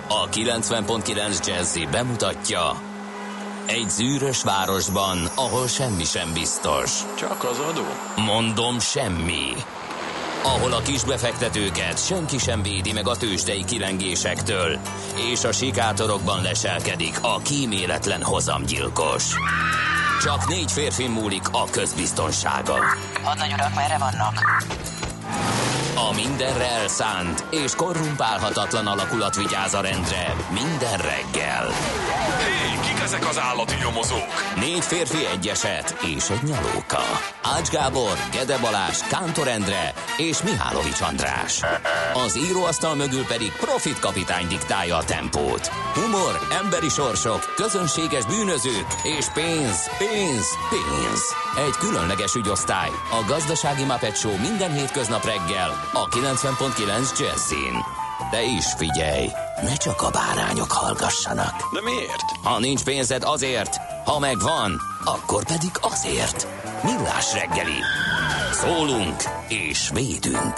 A 90.9 Jazzy bemutatja: egy zűrös városban, ahol semmi sem biztos. Csak az adó? Mondom, semmi. Ahol a kisbefektetőket senki sem védi meg a tőzsdei kilengésektől, és a sikátorokban leselkedik a kíméletlen hozamgyilkos. Csak 4 férfi múlik a közbiztonsága. Hadnagy urak, merre vannak? A mindenre elszánt és korrumpálhatatlan alakulat vigyáz a rendre minden reggel. Hé, kik ezek az állati nyomozók? 4 férfi, egy eset és egy nyalóka. Ács Gábor, Gede Balázs, Kántor Endre és Mihálovics András. Az íróasztal mögül pedig Profit kapitány diktálja a tempót. Humor, emberi sorsok, közönséges bűnözők és pénz, pénz, pénz. Egy különleges ügyosztály, a Gazdasági Muppet Show minden hétköznap reggel a 90.9 Jazzyn. De is figyelj, ne csak a bárányok hallgassanak. De miért? Ha nincs pénzed, azért, ha megvan, akkor pedig azért. Millás reggeli. Szólunk és védünk.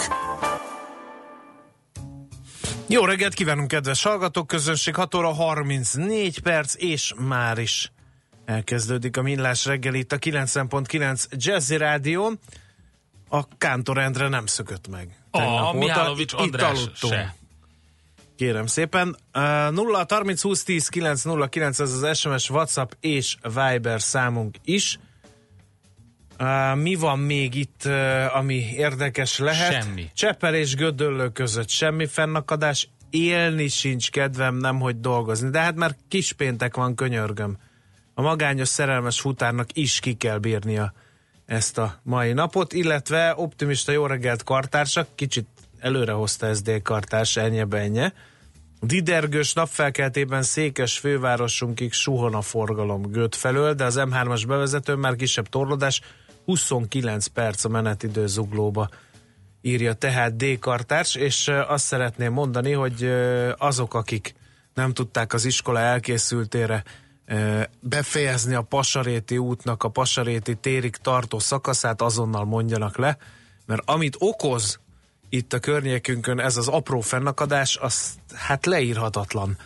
Jó reggelt kívánunk, kedves hallgatók, közönség, 6 óra 34 perc, és már is elkezdődik a Millás reggeli itt a 90.9 Jazzy Rádión. A Kántor Endre nem szökött meg. A Mihálovics András se. Kérem szépen. 0 30 20 10 909, ez az SMS, WhatsApp és Viber számunk is. Mi van még itt, ami érdekes lehet? Semmi. Csepel és Gödöllő között semmi fennakadás, élni sincs kedvem, nemhogy dolgozni. De hát már kispéntek van, könyörgöm. A magányos szerelmes futárnak is ki kell bírnia ezt a mai napot, illetve optimista jó reggelt kartársak, kicsit előre hozta SD kartárs, ennye-bennye. Didergős napfelkeltében Székes fővárosunkig suhon a forgalom Göd felől, de az M3-as bevezetőn már kisebb torlódás, 29 perc a menetidő Zuglóba, írja tehát D. kartárs, és azt szeretném mondani, hogy azok, akik nem tudták az iskola elkészültére befejezni a Pasaréti útnak a Pasaréti térig tartó szakaszát, azonnal mondjanak le, mert amit okoz itt a környékünkön ez az apró fennakadás, az hát leírhatatlan.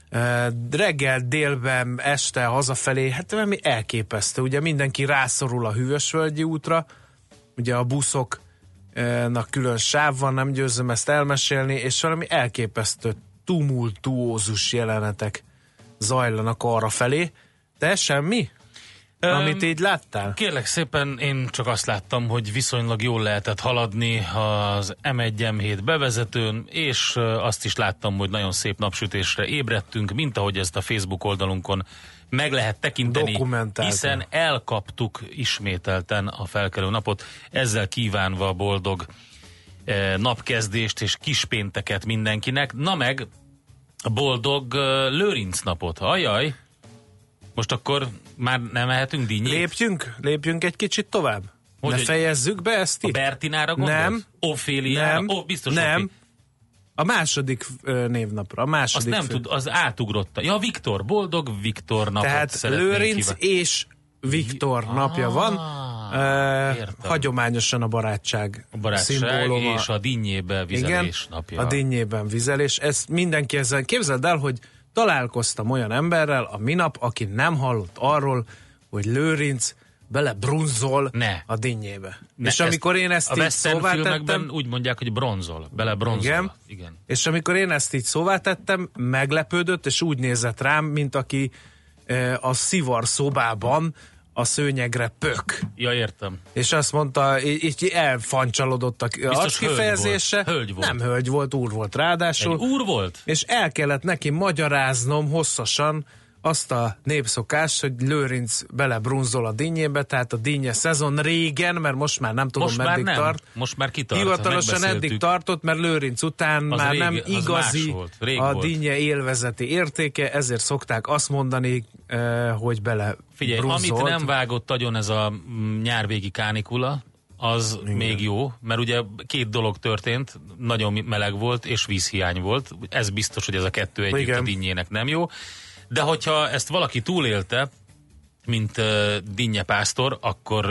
Reggel, délben, este, hazafelé, hát valami elképesztő. Ugye mindenki rászorul a Hűvösvölgyi útra, ugye a buszoknak külön sáv van, nem győzöm ezt elmesélni, és valami elképesztő tumultuózus jelenetek zajlanak arra felé. Te semmi? Amit így láttál? Kérlek szépen, én csak azt láttam, hogy viszonylag jól lehetett haladni az M1, M7 bevezetőn, és azt is láttam, hogy nagyon szép napsütésre ébredtünk, mint ahogy ezt a Facebook oldalunkon meg lehet tekinteni, hiszen elkaptuk ismételten a felkelő napot, ezzel kívánva boldog napkezdést és kispénteket mindenkinek. Na meg boldog Lőrinc napot. Ajaj! Most akkor már nem mehetünk dinnyét? Lépjünk egy kicsit tovább. Hogy ne fejezzük be ezt itt? A Bertinára gondolsz? Nem. Oféliára? Nem. Biztos nem. A második névnapra. A második azt nem tud, az átugrotta. Ja, Viktor, boldog Viktor napot. Tehát Lőrinc és Viktor napja van. Hagyományosan a barátság szimbóluma. És a dinnyébe vizelés napja. A dinnyében vizelés. Ezt mindenki ezzel. Képzeld el, hogy találkoztam olyan emberrel a minap, aki nem hallott arról, hogy Lőrinc belebrunzol a dinnyébe. És amikor én ezt így szóvá tettem... úgy mondják, hogy bronzol, belebronzol. Igen. És amikor én ezt így szóvá tettem, meglepődött, és úgy nézett rám, mint aki a szivar szobában a szőnyegre pök. Ja, értem. És azt mondta, így elfancsalodott a arckifejezése. Hölgy volt. Nem hölgy volt, úr volt ráadásul. Egy úr volt? És el kellett neki magyaráznom hosszasan azt a népszokást, hogy Lőrinc belebrunzol a dinnyébe, tehát a dinnye szezon régen, mert most már nem tudom, most meddig már nem. tart. Most már kitart. Hivatalosan eddig tartott, mert Lőrinc után az már régi, nem igazi a dinnye élvezeti értéke, ezért szokták azt mondani, hogy bele Figyelj, brunzolt. amit nem vágott agyon ez a nyárvégi kánikula, az igen. Még jó, mert ugye 2 dolog történt, nagyon meleg volt és vízhiány volt. Ez biztos, hogy ez a 2 együtt igen. A dinnyének nem jó. De hogyha ezt valaki túlélte, mint dinnyepásztor, akkor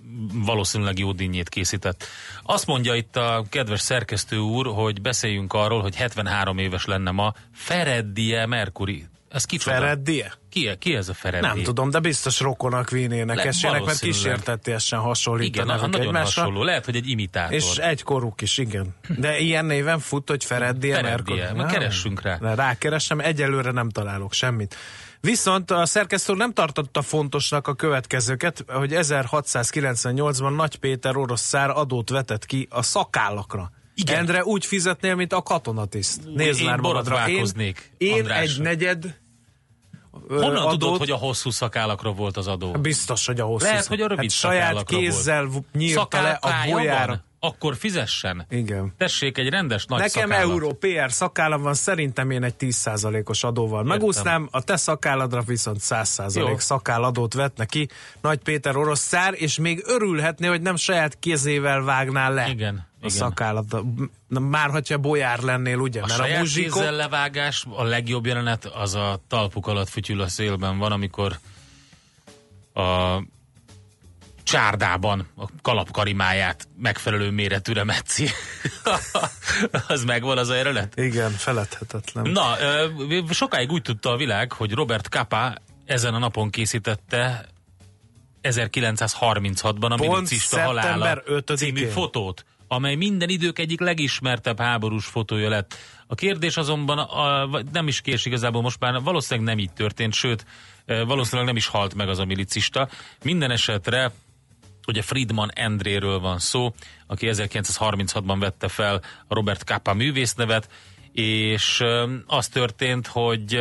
valószínűleg jó dinnyét készített. Azt mondja itt a kedves szerkesztő úr, hogy beszéljünk arról, hogy 73 éves lenne ma Fereddie Mercury. Ez kicsoda? Fereddie? Ki ez a Fereddie? Nem tudom, de biztos rokonak énekesének, mert kísértetésen hasonlítanak igen, nagyon egymásra. hasonló. Lehet, hogy egy imitátor. És egykoruk is, igen. De ilyen néven fut, hogy Fereddie Mercury. Keressünk rá. Rákeresem, egyelőre nem találok semmit. Viszont a szerkesztő nem tartotta fontosnak a következőket, hogy 1698-ban Nagy Péter orosz cár adót vetett ki a szakállakra. Igen. Endre, úgy fizetnél, mint a katonatiszt. Nézd már magadra. Én egy negyed honnan adót... tudod, hogy a hosszú szakállakra volt az adó? Biztos, hogy a hosszú lehet, hogy a rövid saját kézzel nyírta le a bolyára. Akkor fizessen. Igen. Tessék, egy rendes nagy nekem szakállat. euró PR szakállam van, szerintem én egy 10%-os adóval megúsznám, a te szakálladra viszont 100% szakálladót vetne ki Nagy Péter orosz cár, és még örülhetné, hogy nem saját kézével vágnál le. Igen. A szakállat. Már hogyha bolyár lennél, ugye? A mert saját a muzsikok... kézzel levágás, a legjobb jelenet az a talpuk alatt fütyül a szélben van, amikor a csárdában a kalapkarimáját megfelelő méretűre metszi. Az megvan az a jelenet? Igen, feledhetetlen. Na, sokáig úgy tudta a világ, hogy Robert Capa ezen a napon készítette 1936-ban a milicista halála című fotót, amely minden idők egyik legismertebb háborús fotója lett. A kérdés azonban nem is kérdés igazából, most már valószínűleg nem így történt, sőt, valószínűleg nem is halt meg az a milicista. Minden esetre ugye Friedman Endréről van szó, aki 1936-ban vette fel a Robert Capa művésznevet, és az történt, hogy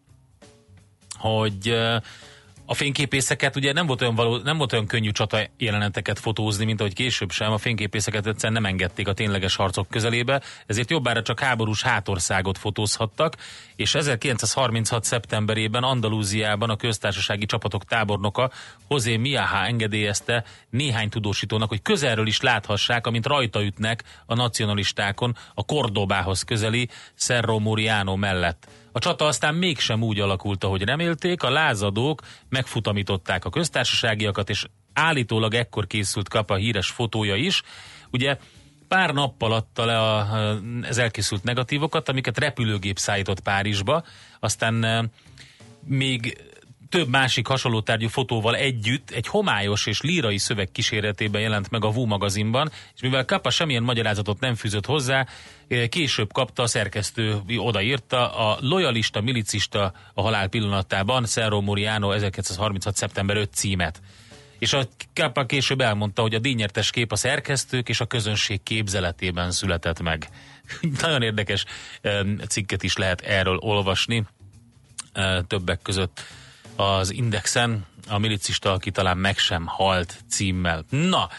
a fényképészeket ugye nem volt olyan könnyű csata jeleneteket fotózni, mint ahogy később sem. A fényképészeket egyszerűen nem engedték a tényleges harcok közelébe, ezért jobbára csak háborús hátországot fotózhattak, és 1936. szeptemberében Andalúziában a köztársasági csapatok tábornoka José Miaja engedélyezte néhány tudósítónak, hogy közelről is láthassák, amint rajta ütnek a nacionalistákon a Cordobához közeli Cerro Muriano mellett. A csata aztán mégsem úgy alakult, ahogy remélték, a lázadók megfutamították a köztársaságiakat, és állítólag ekkor készült Capa híres fotója is. Ugye pár nappal adta le az elkészült negatívokat, amiket repülőgép szállított Párizsba, aztán még több másik hasonló tárgyú fotóval együtt egy homályos és lírai szöveg kíséretében jelent meg a Vú magazinban, és mivel Capa semmilyen magyarázatot nem fűzött hozzá, később kapta, a szerkesztő odaírta, a lojalista milicista a halál pillanatában, Cerro Muriano 1936. szeptember 5 címet. És a Capa később elmondta, hogy a díjnyertes kép a szerkesztők és a közönség képzeletében született meg. Nagyon érdekes cikket is lehet erről olvasni, többek között az Indexen, a milicista, aki talán meg sem halt címmel. Na!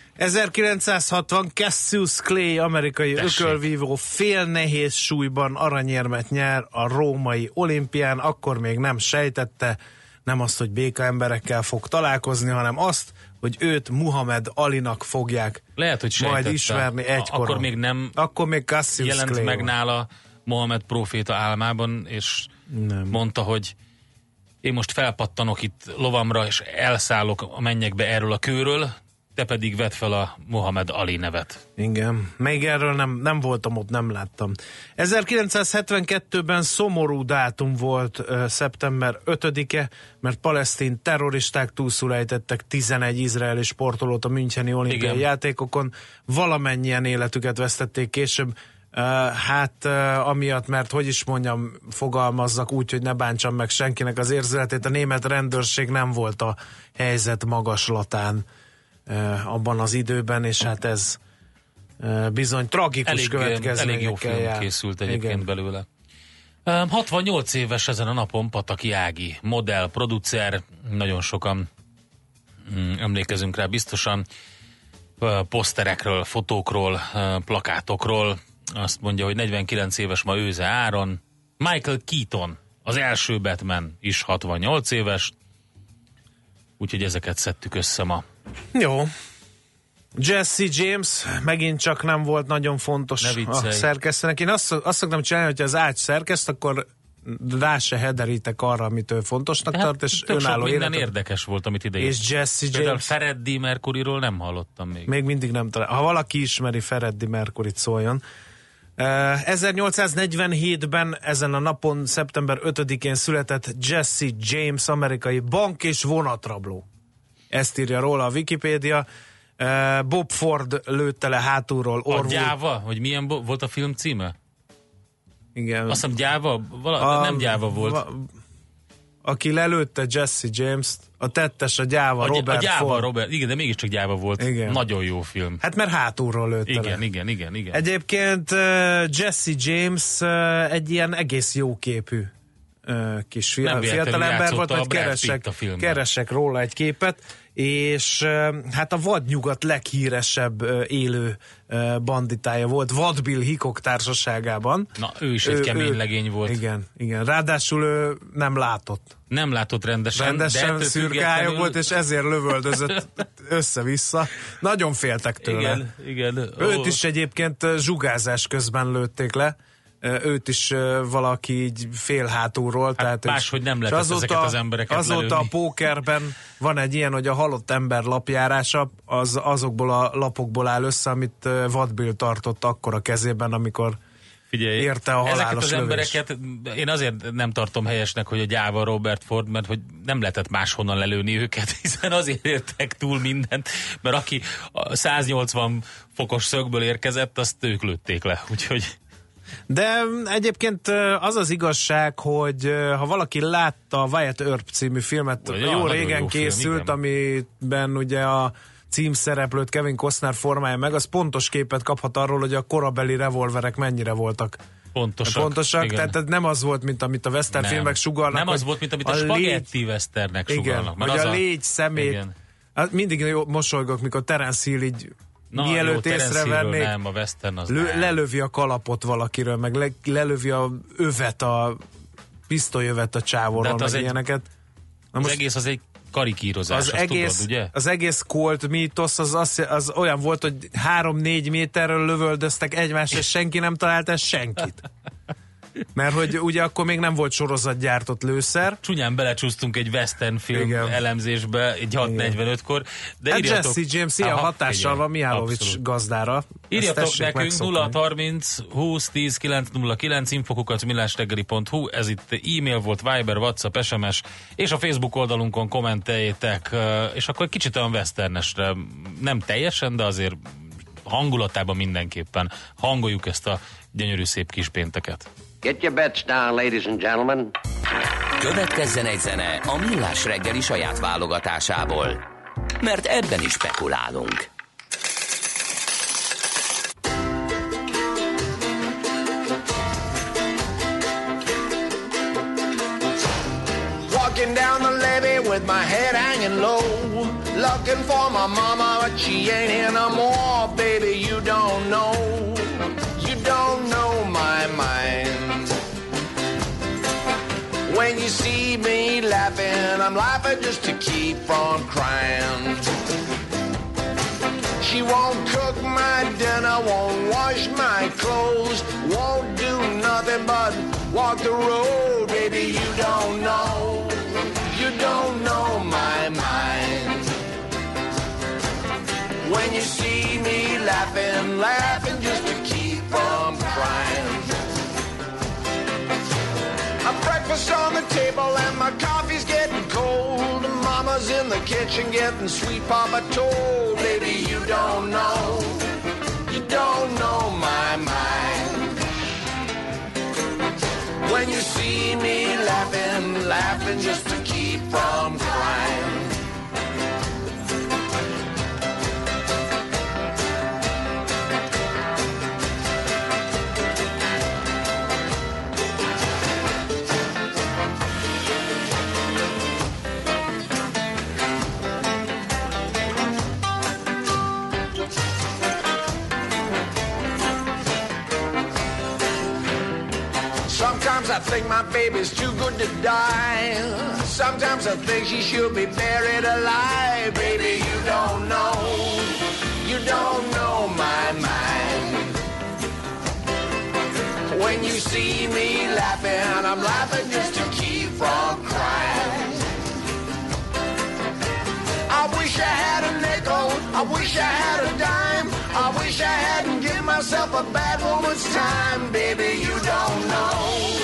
1960 Cassius Clay, amerikai ökölvívó fél nehéz súlyban aranyérmet nyer a római olimpián, akkor még nem sejtette, nem azt, hogy béka emberekkel fog találkozni, hanem azt, hogy őt Muhammad Alinak fogják lehet, hogy majd ismerni egykoron. Akkor még nem akkor még Cassius jelent Clay meg van. nála Mohamed próféta álmában, és nem mondta, hogy én most felpattanok itt lovamra, és elszállok a mennyekbe erről a kőről, te pedig vedd fel a Mohamed Ali nevet. Igen, még erről nem voltam ott, nem láttam. 1972-ben szomorú dátum volt szeptember 5-e, mert palesztin terroristák túlszul ejtettek 11 izraeli sportolót a müncheni olimpiai játékokon. Valamennyien életüket vesztették később. Amiatt, mert hogy is mondjam, fogalmazzak úgy, hogy ne bántsam meg senkinek az érzeletét, a német rendőrség nem volt a helyzet magaslatán abban az időben, és hát ez bizony tragikus következményekkel elég jó film készült egyébként belőle. 68 éves ezen a napon Pataki Ági, modell, producer, nagyon sokan emlékezünk rá biztosan, poszterekről, fotókról, plakátokról. Azt mondja, hogy 49 éves ma Őze Áron. Michael Keaton, az első Batman is 68 éves, úgyhogy ezeket szedtük össze ma. Jó. Jesse James megint csak nem volt nagyon fontos a szerkesztőnek. Én azt szoktam csinálni, hogyha az ágy szerkeszt, akkor rá se hederítek arra, amit ő fontosnak tart, és tök önálló sok minden életet. érdekes volt, amit ide És Jesse Például James. Freddie Mercuryról nem hallottam még. Még mindig nem talál. Ha valaki ismeri Freddie Mercuryt, szóljon. 1847-ben ezen a napon, szeptember 5-én született Jesse James, amerikai bank- és vonatrabló. Ezt írja róla a Wikipédia. Bob Ford lőtte le hátulról. A Gyáva? Hogy milyen volt a film címe? Igen. Azt hiszem Gyáva? Nem Gyáva volt. Aki lelőtte Jesse James-t, a tettes a Gyáva Robert a Gyáva Ford. Robert, igen, de mégiscsak Gyáva volt. Igen. Nagyon jó film. Hát mert hátulról lőtte le. Igen. Egyébként Jesse James egy ilyen egész jó képű kis fiatalember volt, majd keresek róla egy képet, és hát a vadnyugat leghíresebb élő banditája volt, Vad Bill Hickok társaságában. Na, ő is egy kemény legény volt. Igen. Ráadásul ő nem látott. Nem látott rendesen szürkája volt, és ezért lövöldözött össze-vissza. Nagyon féltek tőle. Igen. Őt is egyébként zsugázás közben lőtték le. Őt is valaki így fél hátulról. Hát máshogy nem lehet ezeket az embereket azóta lelőni. A pókerben van egy ilyen, hogy a halott ember lapjárása azokból a lapokból áll össze, amit Vad Bill tartott akkor a kezében, amikor érte a halálos ezeket az lövés. embereket én azért nem tartom helyesnek, hogy a Gyáva Robert Ford, mert hogy nem lehetett máshonnan lelőni őket, hiszen azért értek túl mindent, mert aki a 180 fokos szögből érkezett, azt ők lőtték le, úgyhogy... De egyébként az az igazság, hogy ha valaki látta a Wyatt Earp című filmet, jó régen készült, amiben ugye a címszereplőt Kevin Costner formálja meg, az pontos képet kaphat arról, hogy a korabeli revolverek mennyire voltak pontosak. Tehát nem az volt, mint amit a western filmek sugalnak. Nem az volt, mint amit a spagetti westernek sugalnak. Igen, hogy a légy szemét. Mindig mosolygok, mikor Terence Hill így mielőtt észrevennék, nem, a western az lelövi a kalapot valakiről, meg lelövi a övet, a pisztolyövet a csávorról, meg ilyeneket. Az egész az egy karikírozás, tudod, ugye? Az egész Colt mítosz az olyan volt, hogy 3-4 méterről lövöldöztek egymást, és senki nem talált el senkit. Mert hogy ugye akkor még nem volt sorozatgyártott lőszer. Csúnyán belecsúsztunk egy western film elemzésbe, egy 6:45-kor. De Jesse James ilyen hatással van Mihálovics gazdára. Írjatok nekünk 0630 20 10 909 info@millásreggeli.hu. Ez itt e-mail volt, Viber, WhatsApp, SMS, és a Facebook oldalunkon kommenteljétek, és akkor egy kicsit olyan westernesre, nem teljesen, de azért hangulatában mindenképpen hangoljuk ezt a gyönyörű szép kis pénteket. Get your bets down, ladies and gentlemen. Következzen egy zene a Millás reggeli saját válogatásából, mert ebben is spekulálunk. Walking down the levee with my head hanging low, looking for my mama, but she ain't here no more. Baby, you don't know my mind. When you see me laughing, I'm laughing just to keep from crying. She won't cook my dinner, won't wash my clothes, won't do nothing but walk the road. Baby, you don't know my mind. When you see me laughing just to keep from crying. Breakfast on the table and my coffee's getting cold. Mama's in the kitchen getting sweet Papa told. Baby, you don't know my mind. When you see me laughing just to keep from crying. Sometimes I think my baby's too good to die. Sometimes I think she should be buried alive. Baby, you don't know my mind. When you see me laughing, I'm laughing just to keep from crying. I wish I had a nickel, I wish I had a dime, I wish I hadn't given myself a bad woman's time. Baby, you don't know,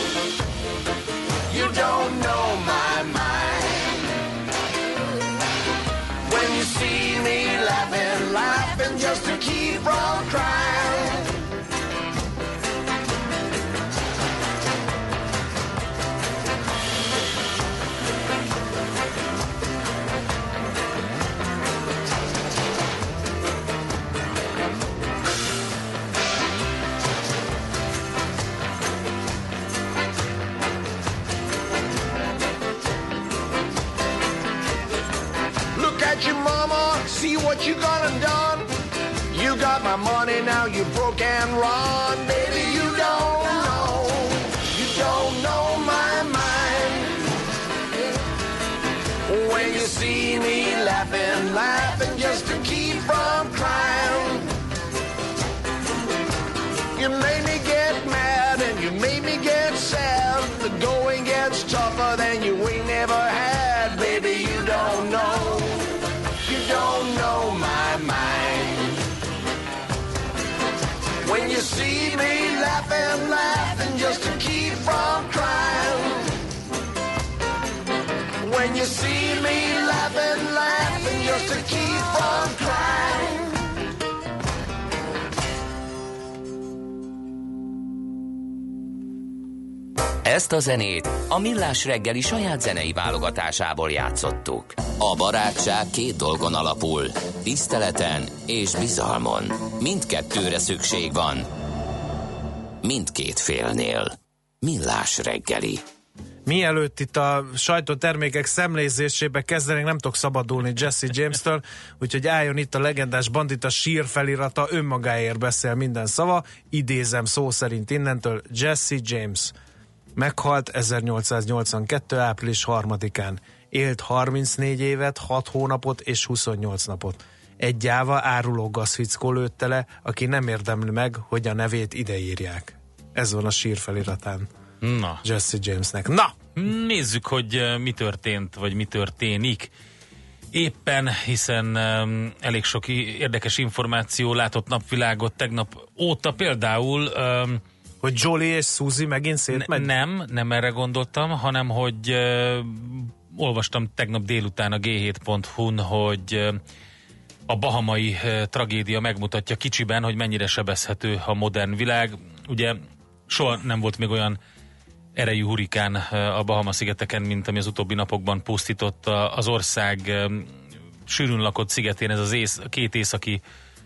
you don't know my mind. When you see me laughing, laughing just to keep from crying. Your mama, see what you gonna done. You got my money, now you broke and run. Baby, you don't know my mind. When you see me laughing, laughing just to keep from crying. You made me get mad and you made me get sad. The going gets tougher than you ain't never had. Baby, you don't know. You don't know my mind. When you see me laughing, laughing just to keep from crying. When you see me laughing, laughing just to keep from crying. Ezt a zenét a Millás reggeli saját zenei válogatásából játszottuk. A barátság két dolgon alapul, tiszteleten és bizalmon. Mindkettőre szükség van. Mindkét félnél. Millás reggeli. Mielőtt itt a sajtótermékek szemlézésébe kezdenénk, nem tudok szabadulni Jesse James-től, úgyhogy álljon itt a legendás bandita sírfelirata, önmagáért beszél minden szava, idézem szó szerint innentől, Jesse James. Meghalt 1882. április 3-án. Élt 34 évet, 6 hónapot és 28 napot. Egy gyáva áruló gazfickó lőtte le, aki nem érdemli meg, hogy a nevét ideírják. Ez van a sírfeliratán. Na. Jesse Jamesnek. Na! Nézzük, hogy mi történt, vagy mi történik. Éppen, hiszen elég sok érdekes információ látott napvilágot tegnap óta, például... hogy Jolie és Suzy megint szétmegy? Nem erre gondoltam, hanem hogy olvastam tegnap délután a G7.hu-n, hogy a bahamai tragédia megmutatja kicsiben, hogy mennyire sebezhető a modern világ. Ugye soha nem volt még olyan erejű hurikán a Bahama-szigeteken, mint ami az utóbbi napokban pusztított az ország sűrűn lakott szigetén, ez az két északi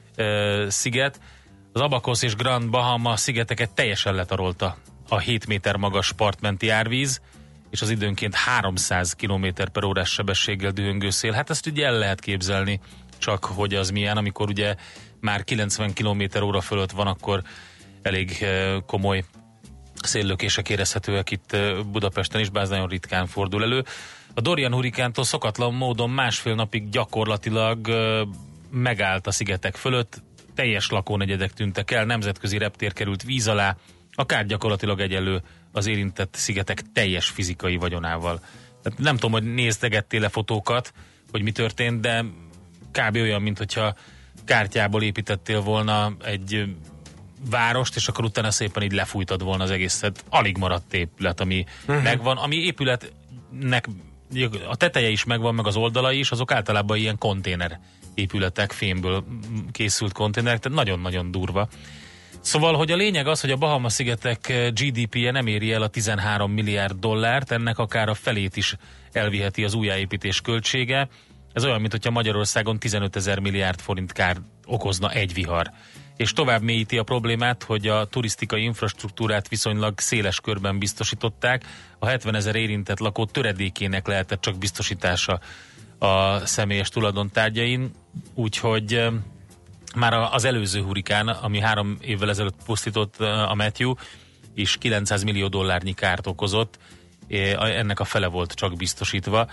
sziget. Az Abacosz és Grand Bahama szigeteket teljesen letarolta a 7 méter magas partmenti árvíz, és az időnként 300 km/h sebességgel dühöngő szél. Hát ezt ugye el lehet képzelni, csak hogy az milyen, amikor ugye már 90 km/h fölött van, akkor elég komoly széllökések érezhetőek itt Budapesten is, bár ez nagyon ritkán fordul elő. A Dorian hurikántól szokatlan módon másfél napig gyakorlatilag megállt a szigetek fölött, teljes lakónegyedek tűntek el, nemzetközi reptér került víz alá, a kár gyakorlatilag egyenlő az érintett szigetek teljes fizikai vagyonával. Tehát nem tudom, hogy néztegettél-e fotókat, hogy mi történt, de kb. Olyan, mint hogyha kártyából építettél volna egy várost, és akkor utána szépen így lefújtad volna az egészet. Alig maradt épület, ami megvan. Ami épületnek a teteje is megvan, meg az oldalai is, azok általában ilyen konténer épületek, fémből készült konténerek, tehát nagyon-nagyon durva. Szóval, hogy a lényeg az, hogy a Bahama-szigetek GDP-je nem éri el a 13 milliárd dollárt, ennek akár a felét is elviheti az újjáépítés költsége. Ez olyan, mint hogyha Magyarországon 15 000 milliárd forint kár okozna egy vihar. És tovább mélyíti a problémát, hogy a turisztikai infrastruktúrát viszonylag széles körben biztosították. A 70 000 érintett lakó töredékének lehetett csak biztosítása a személyes tulajdontárgyain, úgyhogy már az előző hurikán, ami 3 évvel ezelőtt pusztított, a Matthew, is 900 millió dollárnyi kárt okozott, ennek a fele volt csak biztosítva,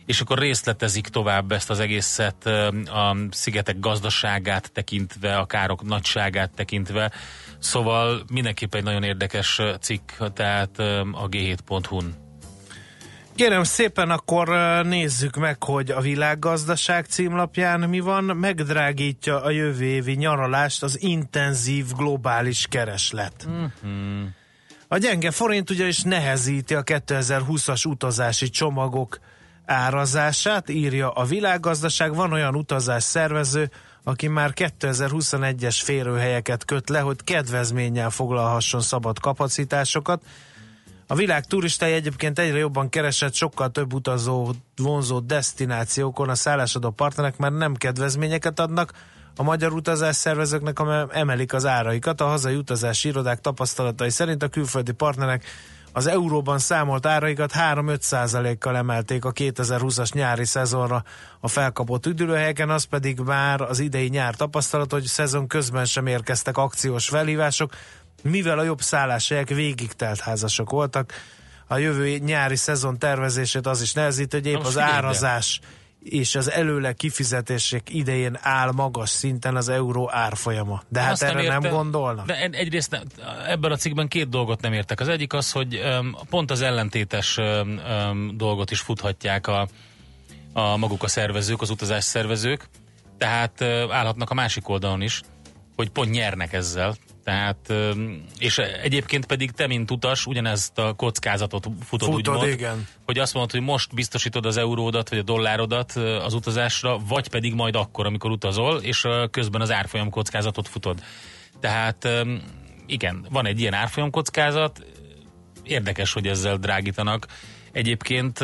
és akkor részletezik tovább ezt az egészet a szigetek gazdaságát tekintve, a károk nagyságát tekintve. Szóval mindenképp egy nagyon érdekes cikk, tehát a g7.hu-n. Kérem szépen, akkor nézzük meg, hogy a Világgazdaság címlapján mi van. Megdrágítja a jövő évi nyaralást az intenzív globális kereslet. A gyenge forint ugyanis nehezíti a 2020-as utazási csomagok árazását, írja a Világgazdaság. Van olyan utazásszervező, aki már 2021-es férőhelyeket köt le, hogy kedvezménnyel foglalhasson szabad kapacitásokat. A világ turistái egyébként egyre jobban keresett, sokkal több utazó vonzó desztinációkon a szállásadó partnerek már nem kedvezményeket adnak, a magyar utazásszervezőknek emelik az áraikat. A hazai utazási irodák tapasztalatai szerint a külföldi partnerek az euróban számolt áraikat 3-5%-kal emelték a 2020-as nyári szezonra a felkapott üdülőhelyeken, az pedig már az idei nyár tapasztalat, hogy szezon közben sem érkeztek akciós felhívások, mivel a jobb szálláshelyek végig teltházasok voltak. A jövő nyári szezon tervezését az is nehezít, hogy épp az árazás és az előle kifizetések idején áll magas szinten az euró árfolyama. De hát erre nem gondolnak? De egyrészt ebben a cikkben két dolgot nem értek. Az egyik az, hogy pont az ellentétes dolgot is futhatják a maguk a szervezők, az utazás szervezők, tehát állhatnak a másik oldalon is, hogy pont nyernek ezzel. Tehát, és egyébként pedig te, mint utas, ugyanezt a kockázatot futod úgymond, igen. Hogy azt mondod, hogy most biztosítod az euródat, vagy a dollárodat az utazásra, vagy pedig majd akkor, amikor utazol, és közben az árfolyam kockázatot futod. Tehát igen, van egy ilyen árfolyam kockázat, érdekes, hogy ezzel drágítanak. Egyébként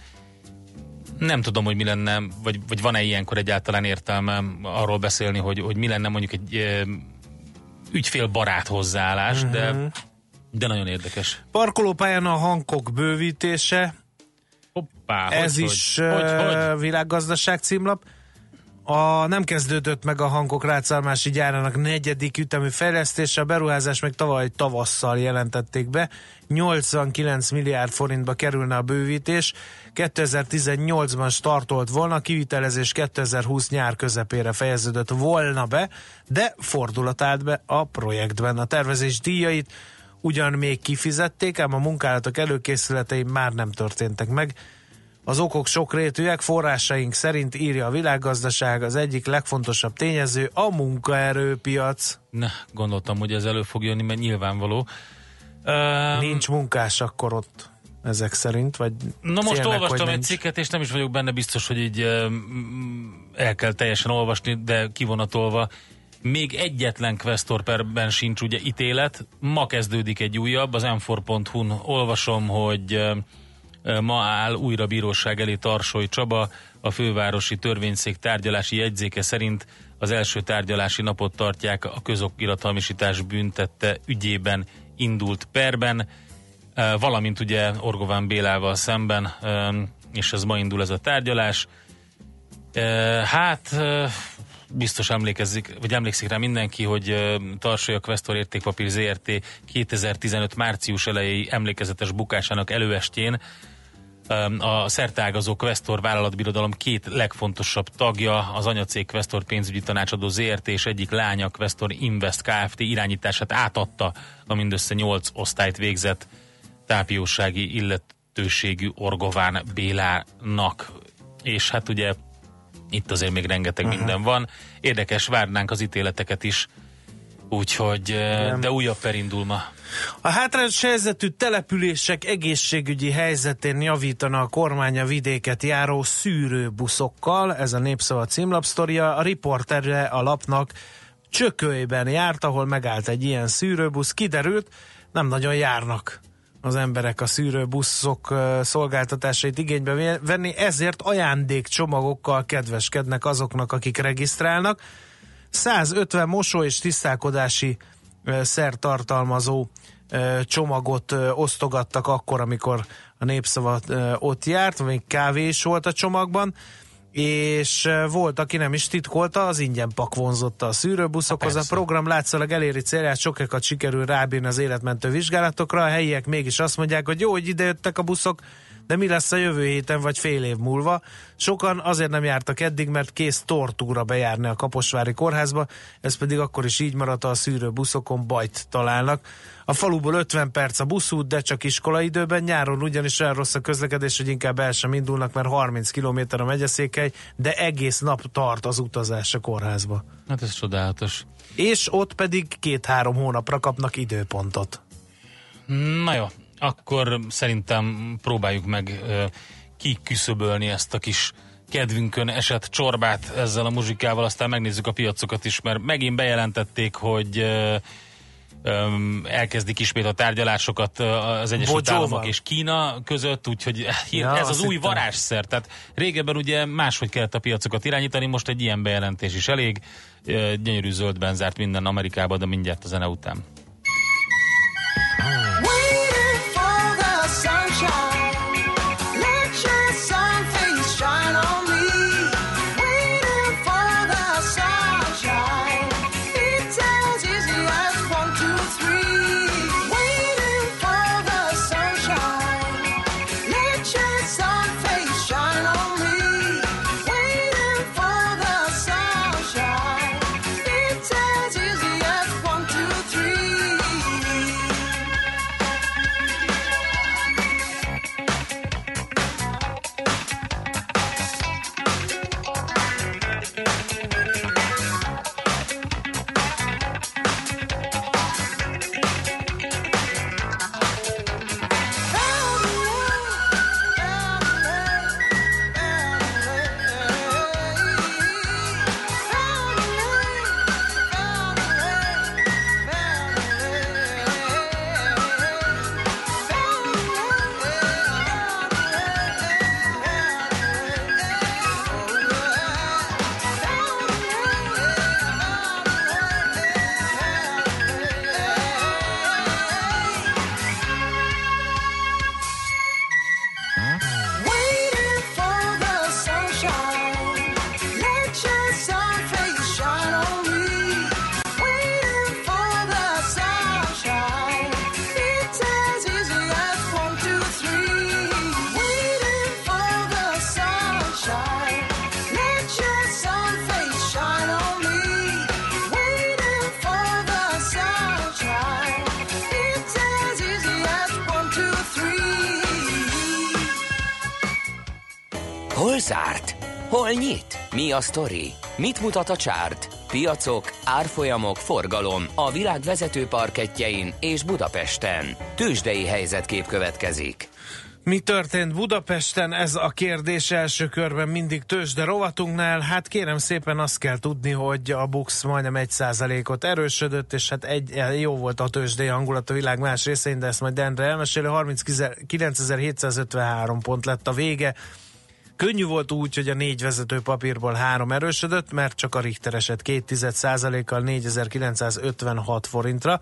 nem tudom, hogy mi lenne, vagy van-e ilyenkor egyáltalán értelme arról beszélni, hogy mi lenne mondjuk egy ügyfélbarát hozzáállás, de nagyon érdekes. Parkolópályán a Hancock bővítése. Hoppá, ez is Világgazdaság címlap. Nem kezdődött meg a Hancock rácalmási gyárának 4. ütemű fejlesztése, a beruházás meg tavaly tavasszal jelentették be. 89 milliárd forintba kerülne a bővítés. 2018-ban startolt volna, a kivitelezés 2020 nyár közepére fejeződött volna be, de fordulat állt be a projektben. A tervezés díjait ugyan még kifizették, ám a munkálatok előkészületei már nem történtek meg. Az okok sokrétűek, forrásaink szerint, írja a Világgazdaság, az egyik legfontosabb tényező a munkaerőpiac. Na, gondoltam, hogy ez elő fog jönni, mert nyilvánvaló. Nincs munkás akkor ott ezek szerint, vagy na most félnek, olvastam egy cikket, és nem is vagyok benne biztos, hogy így el kell teljesen olvasni, de kivonatolva. Még egyetlen questor perben sincs ugye ítélet, ma kezdődik egy újabb, az m4.hu-n olvasom, hogy ma áll újra bíróság elé Tarsoly Csaba, a fővárosi törvényszék tárgyalási jegyzéke szerint az első tárgyalási napot tartják a közokirathamisítás büntette ügyében indult perben, valamint ugye Orgován Bélával szemben, és ez ma indul ez a tárgyalás. Biztos emlékszik rá mindenki, hogy Tarsoly a Questor Értékpapír Zrt. 2015 március elejéi emlékezetes bukásának előestjén a szerteágazó Questor vállalatbirodalom két legfontosabb tagja, az anyacég Questor pénzügyi tanácsadó Zrt. És egyik lánya Questor Invest Kft. Irányítását átadta a mindössze 8 osztályt végzett tápiósági illetőségű Orgován Bélának. És hát ugye itt azért még rengeteg minden van. Érdekes, várnánk az ítéleteket is, úgyhogy, de újabb per indul ma. A hátrányos helyzetű települések egészségügyi helyzetén javítana a kormány a vidéket járó szűrőbuszokkal, ez a Népszava címlapsztoria. A riporterre a lapnak Csökölyben járt, ahol megállt egy ilyen szűrőbusz. Kiderült, nem nagyon járnak az emberek a szűrőbuszok szolgáltatásait igénybe venni, ezért ajándékcsomagokkal kedveskednek azoknak, akik regisztrálnak. 150 mosó- és tisztálkodási szer tartalmazó csomagot osztogattak akkor, amikor a Népszava ott járt, még kávé is volt a csomagban, és volt, aki nem is titkolta, az ingyen pak vonzotta a szűrőbuszokhoz. A program látszólag eléri célját, sokakat sikerül rábírni az életmentő vizsgálatokra, a helyiek mégis azt mondják, hogy jó, hogy idejöttek a buszok, de mi lesz a jövő héten vagy fél év múlva? Sokan azért nem jártak eddig, mert kész tortúra bejárni a Kaposvári kórházba, ez pedig akkor is így maradt, a szűrőbuszokon bajt találnak. A faluból 50 perc a buszút, de csak iskolaidőben, nyáron ugyanis olyan rossz a közlekedés, hogy inkább el sem indulnak, mert 30 km a megyeszékhely, de egész nap tart az utazás a kórházba. Hát ez csodálatos. És ott pedig 2-3 hónapra kapnak időpontot. Na jó, akkor szerintem próbáljuk meg kiküszöbölni ezt a kis kedvünkön esett csorbát ezzel a muzsikával, aztán megnézzük a piacokat is, mert megint bejelentették, hogy elkezdik ismét a tárgyalásokat az Egyesült Államok és Kína között, úgyhogy ez az új varázsszer. Tehát régebben ugye máshogy kellett a piacokat irányítani, most egy ilyen bejelentés is elég. Gyönyörű zöldben zárt minden Amerikában, de mindjárt a zene után. Hol zárt? Hol nyit? Mi a sztori? Mit mutat a csárt? Piacok, árfolyamok, forgalom a világ vezető parkettjein és Budapesten. Tőzsdei helyzetkép következik. Mi történt Budapesten? Ez a kérdés első körben mindig tőzsde rovatunknál. Hát kérem szépen azt kell tudni, hogy a BUX majdnem 1%-ot erősödött, és hát jó volt a tőzsdei hangulat a világ más részein, de ezt majd Endre elmesélő. 39.753 pont lett a vége. Könnyű volt úgy, hogy a 4 vezető papírból 3 erősödött, mert csak a Richter esett 2%-kal 4956 forintra.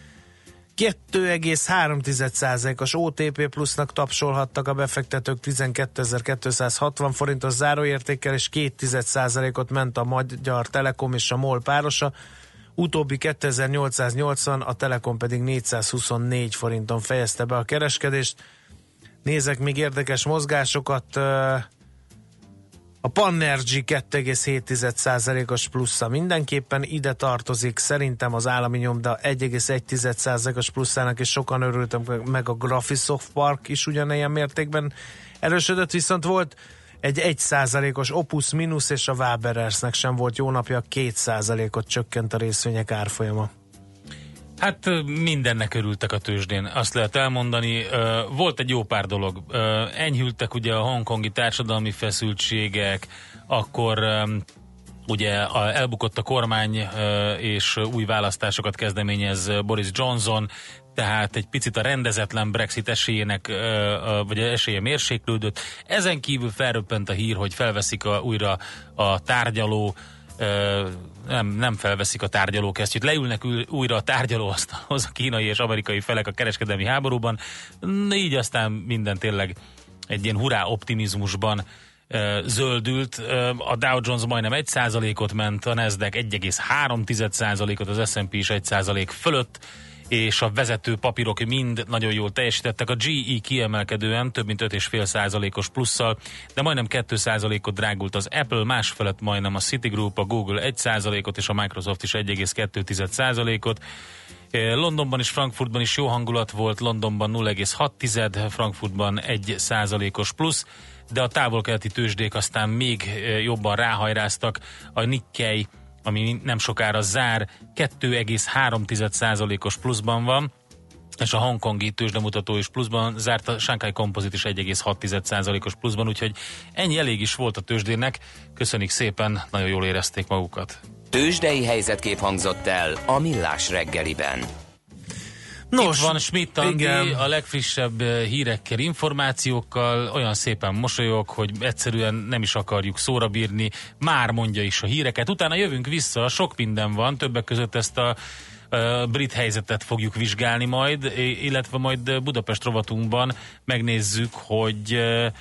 2,3%-os OTP plusznak tapsolhattak a befektetők 12.260 forintos záróértékkel, és 2%-ot ment a Magyar Telekom és a MOL párosa. Utóbbi 2880, a Telekom pedig 424 forinton fejezte be a kereskedést. Nézek még érdekes mozgásokat. A Panergy 2,7%-os plusza mindenképpen ide tartozik, szerintem az állami nyomda 1,1%-os plusszának, és sokan örültem meg, a Graphisoft Park is ugyanilyen mértékben erősödött, viszont volt egy 1%-os Opus mínusz, és a Waberersnek sem volt jó napja, 2%-ot csökkent a részvények árfolyama. Hát mindennek örültek a tőzsdén, azt lehet elmondani. Volt egy jó pár dolog. Enyhültek ugye a hongkongi társadalmi feszültségek, akkor ugye elbukott a kormány, és új választásokat kezdeményez Boris Johnson, tehát egy picit a rendezetlen Brexit esélyének, vagy esélye mérséklődött. Ezen kívül felröppent a hír, hogy felveszik újra a tárgyaló, nem felveszik a tárgyalókesztyűt, leülnek újra a tárgyalóasztalhoz a kínai és amerikai felek a kereskedelmi háborúban, így aztán minden tényleg egy ilyen hurrá optimizmusban zöldült. A Dow Jones majdnem 1%-ot ment, a Nasdaq 1,3%-ot, az S&P is 1% fölött, és a vezető papírok mind nagyon jól teljesítettek. A GE kiemelkedően több mint 5,5%-os plusszal, de majdnem 2%-ot drágult az Apple, másfelett majdnem a Citigroup, a Google 1%-ot, és a Microsoft is 1,2%-ot. Londonban és Frankfurtban is jó hangulat volt, Londonban 0,6, Frankfurtban 1%-os plusz, de a távol-keleti tőzsdék aztán még jobban ráhajráztak. A Nikkei, ami nem sokára zár, 2,3%-os pluszban van, és a hongkongi tőzsdemutató is pluszban zárt, a Shanghai Composite is 1,6%-os pluszban, úgyhogy ennyi elég is volt a tőzsdének. Köszönjük szépen, nagyon jól érezték magukat. Tőzsdei helyzetkép hangzott el a Millás reggeliben. Nos, itt van Schmidt Andi a legfrissebb hírekkel, információkkal, olyan szépen mosolyog, hogy egyszerűen nem is akarjuk szóra bírni, már mondja is a híreket. Utána jövünk vissza, sok minden van, többek között ezt a brit helyzetet fogjuk vizsgálni majd, illetve majd Budapest rovatunkban megnézzük, hogy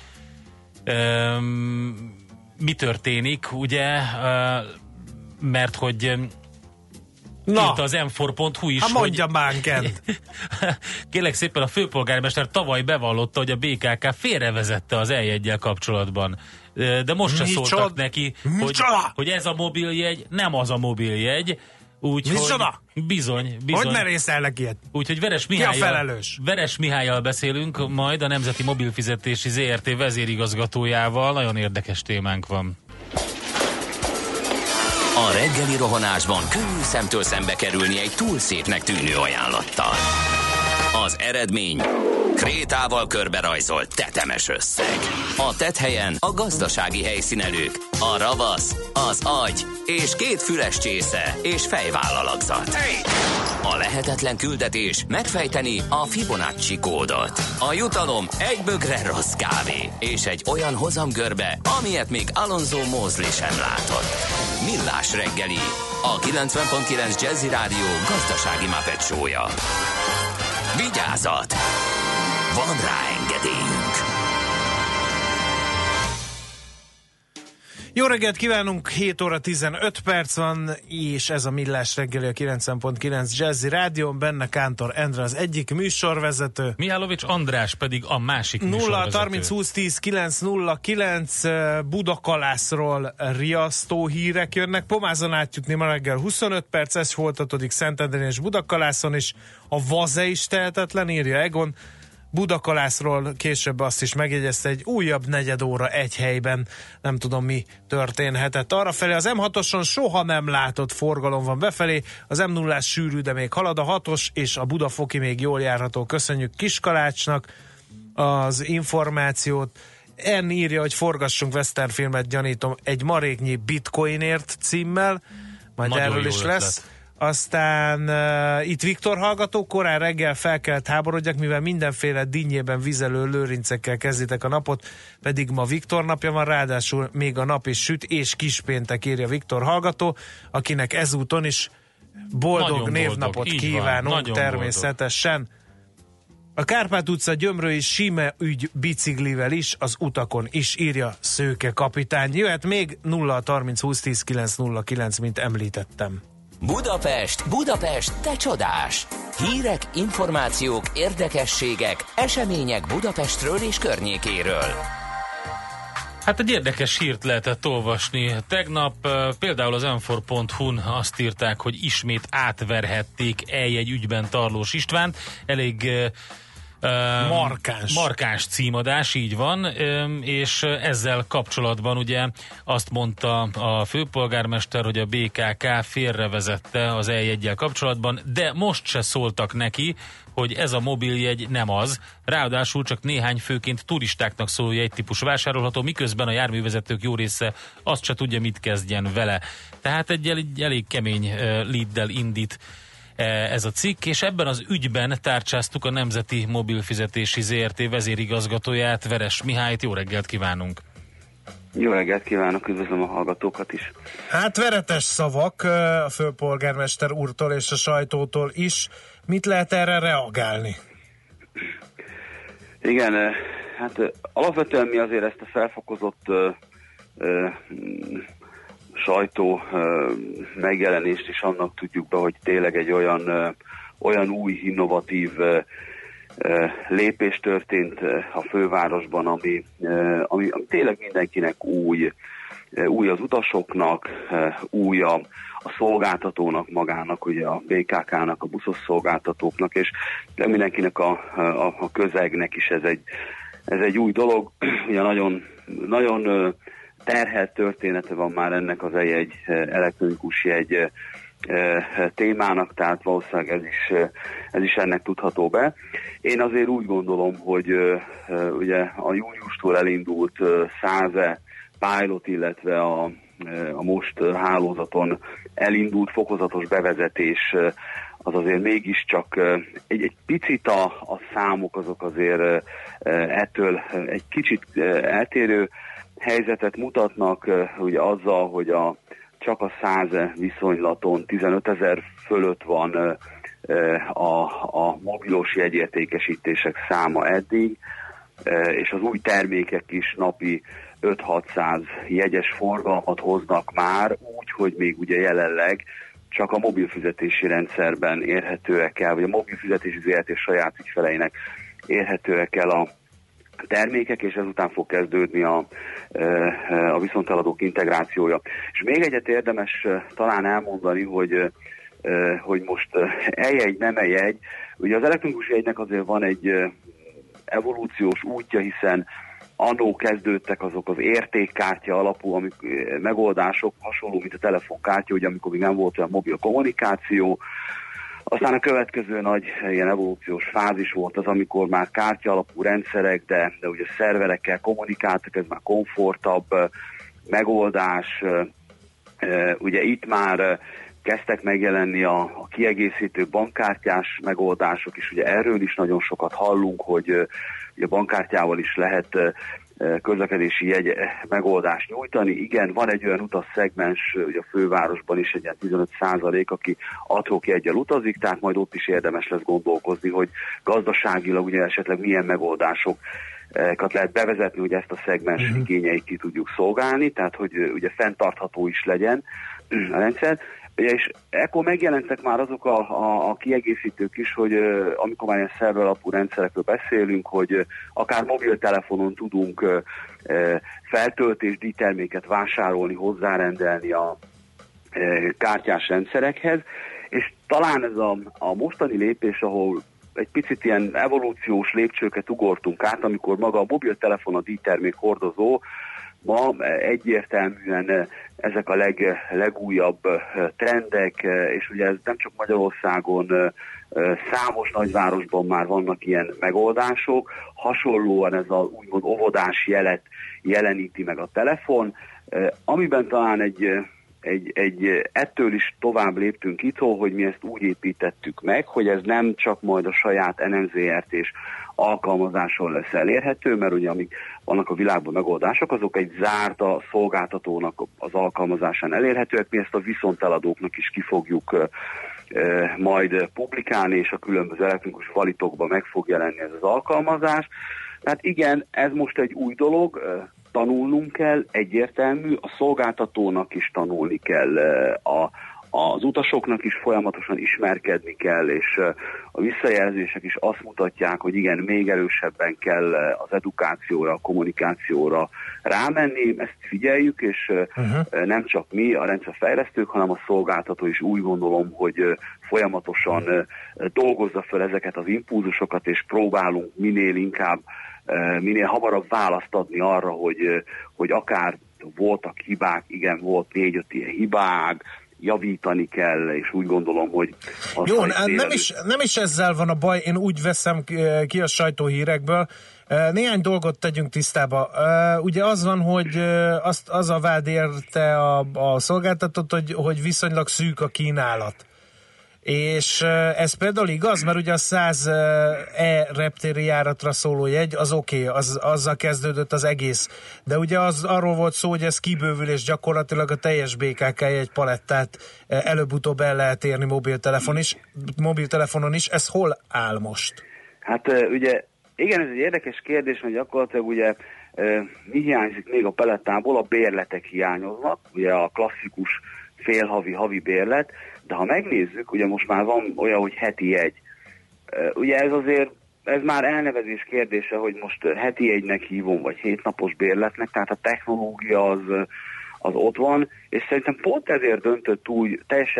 mi történik, ugye, mert hogy írta az m4.hu is, mondja bánkent. Kérlek szépen, a főpolgármester tavaly bevallotta, hogy a BKK félrevezette az eljeggyel kapcsolatban. De most se szóltak neki, hogy ez a mobiljegy nem az a mobiljegy. Úgyhogy bizony. Hogy merészelnek ilyet? Úgyhogy Veres Mihályal beszélünk majd, a Nemzeti Mobilfizetési ZRT vezérigazgatójával. Nagyon érdekes témánk van. A reggeli rohanásban könnyű szemtől szembe kerülni egy túl szépnek tűnő ajánlattal. Az eredmény krétával körberajzolt tetemes összeg. A tetthelyen a gazdasági helyszínelők, a ravasz, az agy és 2 füles csésze és fejvállalakzat. A lehetetlen küldetés megfejteni a Fibonacci kódot. A jutalom egy bögre rossz kávé és egy olyan hozamgörbe, amilyet még Alonso Mosley sem látott. Millás reggeli, a 90.9 Jazzy Rádió gazdasági Muppet show-ja. Vigyázat! Van rá engedélyünk! Jó reggelt kívánunk, 7 óra 15 perc van, és ez a Millás reggeli a 90.9 Jazzy Rádión, benne Kántor Endre az egyik műsorvezető. Mihálovics András pedig a másik műsorvezető. 0-30-20-10-9-0-9 Budakalászról riasztó hírek jönnek. Pomázon átjutni ma reggel 25 perc, ez folytatódik Szentendrén és Budakalászon is. A Vaze is tehetetlen, írja Egon. Budakalászról később azt is megjegyezte, egy újabb negyed óra egy helyben, nem tudom mi történhetett. Arrafelé az M6-oson soha nem látott forgalom van befelé, az M0-ás sűrű, de még halad, a 6-os és a Budafoki még jól járható. Köszönjük Kiskalácsnak az információt. En írja, hogy forgassunk western filmet, gyanítom, egy maréknyi bitcoinért címmel, majd nagyon erről is lesz. Ötlet. Aztán itt Viktor hallgató, korán reggel fel kellett háborodjak, mivel mindenféle dinnyében vizelő lőrincekkel kezditek a napot, pedig ma Viktor napja van, ráadásul még a nap is süt, és kispéntek, írja Viktor hallgató, akinek ezúton is boldog névnapot kívánunk természetesen. Boldog. A Kárpát utca Gyömrői sime ügy biciklivel is, az utakon is, írja Szőke kapitány. Jöhet még 0-30-20-10-9-09, mint említettem. Budapest, te csodás! Hírek, információk, érdekességek, események Budapestről és környékéről. Hát egy érdekes hírt lehetett olvasni. Tegnap például az m4.hu-n azt írták, hogy ismét átverhették eljegy ügyben Tarlós Istvánt. Elég markáns címadás, így van, és ezzel kapcsolatban ugye azt mondta a főpolgármester, hogy a BKK félrevezette az eljeggyel kapcsolatban, de most se szóltak neki, hogy ez a mobiljegy nem az, ráadásul csak néhány főként turistáknak szóló jegytípus vásárolható, miközben a járművezetők jó része azt se tudja, mit kezdjen vele. Tehát egy elég kemény leaddel indít ez a cikk, és ebben az ügyben tárcsáztuk a Nemzeti Mobilfizetési ZRT vezérigazgatóját, Veres Mihályt. Jó reggelt kívánunk! Jó reggelt kívánok, üdvözlöm a hallgatókat is! Hát veretes szavak a főpolgármester úrtól és a sajtótól is. Mit lehet erre reagálni? Igen, hát alapvetően mi azért ezt a felfokozott sajtó megjelenést is annak tudjuk be, hogy tényleg egy olyan olyan új, innovatív lépés történt a fővárosban, ami tényleg mindenkinek új az utasoknak, új a szolgáltatónak magának, ugye a BKK-nak, a buszos szolgáltatóknak, és mindenkinek a közegnek is ez egy új dolog. Ugye nagyon terhelt története van már ennek az egy elektronikus jegy témának, tehát valószínűleg ez is ennek tudható be. Én azért úgy gondolom, hogy ugye a júniustól elindult 100 pilot, illetve a most hálózaton elindult fokozatos bevezetés az azért mégiscsak egy picit a számok azok azért ettől egy kicsit eltérő helyzetet mutatnak, ugye azzal, hogy csak a 100 viszonylaton 15 000 fölött van a mobilos jegyértékesítések száma eddig, és az új termékek is napi 5-600 jegyes forgalmat hoznak már, úgy, hogy még ugye jelenleg csak a mobil fizetési rendszerben érhetőek el, vagy a mobil fizetési ZRT saját ügyfeleinek érhetőek el a termékek, és ezután fog kezdődni a viszonteladók integrációja. És még egyet érdemes talán elmondani, hogy most eljegy, nem eljegy. Ugye az elektronikus jegynek azért van egy evolúciós útja, hiszen annó kezdődtek azok az értékkártya alapú megoldások, hasonló, mint a telefonkártya, ugye amikor még nem volt olyan mobil kommunikáció. Aztán a következő nagy ilyen evolúciós fázis volt az, amikor már kártya alapú rendszerek, de ugye szerverekkel kommunikáltak, ez már komfortabb megoldás. Ugye itt már kezdtek megjelenni a kiegészítő bankkártyás megoldások is, ugye erről is nagyon sokat hallunk, hogy a bankkártyával is lehet közlekedési jegy megoldást nyújtani. Igen, van egy olyan utasszegmens, ugye a fővárosban is egy ilyen 15%, aki ad-hoc jeggyel utazik, tehát majd ott is érdemes lesz gondolkozni, hogy gazdaságilag ugye esetleg milyen megoldásokat lehet bevezetni, hogy ezt a szegmens igényeit ki tudjuk szolgálni, tehát hogy ugye fenntartható is legyen a rendszer. És ekkor megjelentek már azok a kiegészítők is, hogy amikor már ilyen szerver alapú rendszerekről beszélünk, hogy akár mobiltelefonon tudunk feltöltés díjterméket vásárolni, hozzárendelni a kártyás rendszerekhez, és talán ez a mostani lépés, ahol egy picit ilyen evolúciós lépcsőket ugortunk át, amikor maga a mobiltelefon a díjtermék hordozó, ma egyértelműen ezek a legújabb trendek, és ugye ez nem csak Magyarországon, számos nagyvárosban már vannak ilyen megoldások, hasonlóan ez az úgymond óvodás jelet jeleníti meg a telefon, amiben talán egy ettől is tovább léptünk itthon, hogy mi ezt úgy építettük meg, hogy ez nem csak majd a saját NMZRT-s alkalmazáson lesz elérhető, mert ugye amik vannak a világban megoldások, azok egy zárt a szolgáltatónak az alkalmazásán elérhetőek, mi ezt a viszonteladóknak is ki fogjuk majd publikálni, és a különböző elektronikus valitokban meg fog jelenni ez az alkalmazás. Tehát igen, ez most egy új dolog, tanulnunk kell, egyértelmű, a szolgáltatónak is tanulni kell, az utasoknak is folyamatosan ismerkedni kell, és a visszajelzések is azt mutatják, hogy igen, még erősebben kell az edukációra, a kommunikációra rámenni, ezt figyeljük, és nem csak mi, a rendszerfejlesztők, hanem a szolgáltató is úgy gondolom, hogy folyamatosan dolgozza fel ezeket az impulzusokat, és próbálunk minél hamarabb választ adni arra, hogy akár voltak hibák, igen, volt 4-5 ilyen hibák, javítani kell, és úgy gondolom, hogy... Jó, nem is ezzel van a baj, én úgy veszem ki a sajtóhírekből. Néhány dolgot tegyünk tisztába. Ugye az van, hogy az a vád érte a szolgáltatót, hogy viszonylag szűk a kínálat. És ez például igaz, mert ugye a 100 reptéri járatra szóló jegy, az oké, azzal kezdődött az egész. De ugye arról volt szó, hogy ez kibővül, és gyakorlatilag a teljes BKK jegy palettát előbb-utóbb el lehet érni mobiltelefonon is. Ez hol áll most? Hát ugye, igen, ez egy érdekes kérdés, mert gyakorlatilag ugye mi hiányzik még a palettából? A bérletek hiányoznak, ugye a klasszikus félhavi, havi bérlet, De ha megnézzük, ugye most már van olyan, hogy heti jegy. Ugye ez már elnevezés kérdése, hogy most heti jegynek hívom, vagy 7 napos bérletnek, tehát a technológia az ott van, és szerintem pont ezért döntött úgy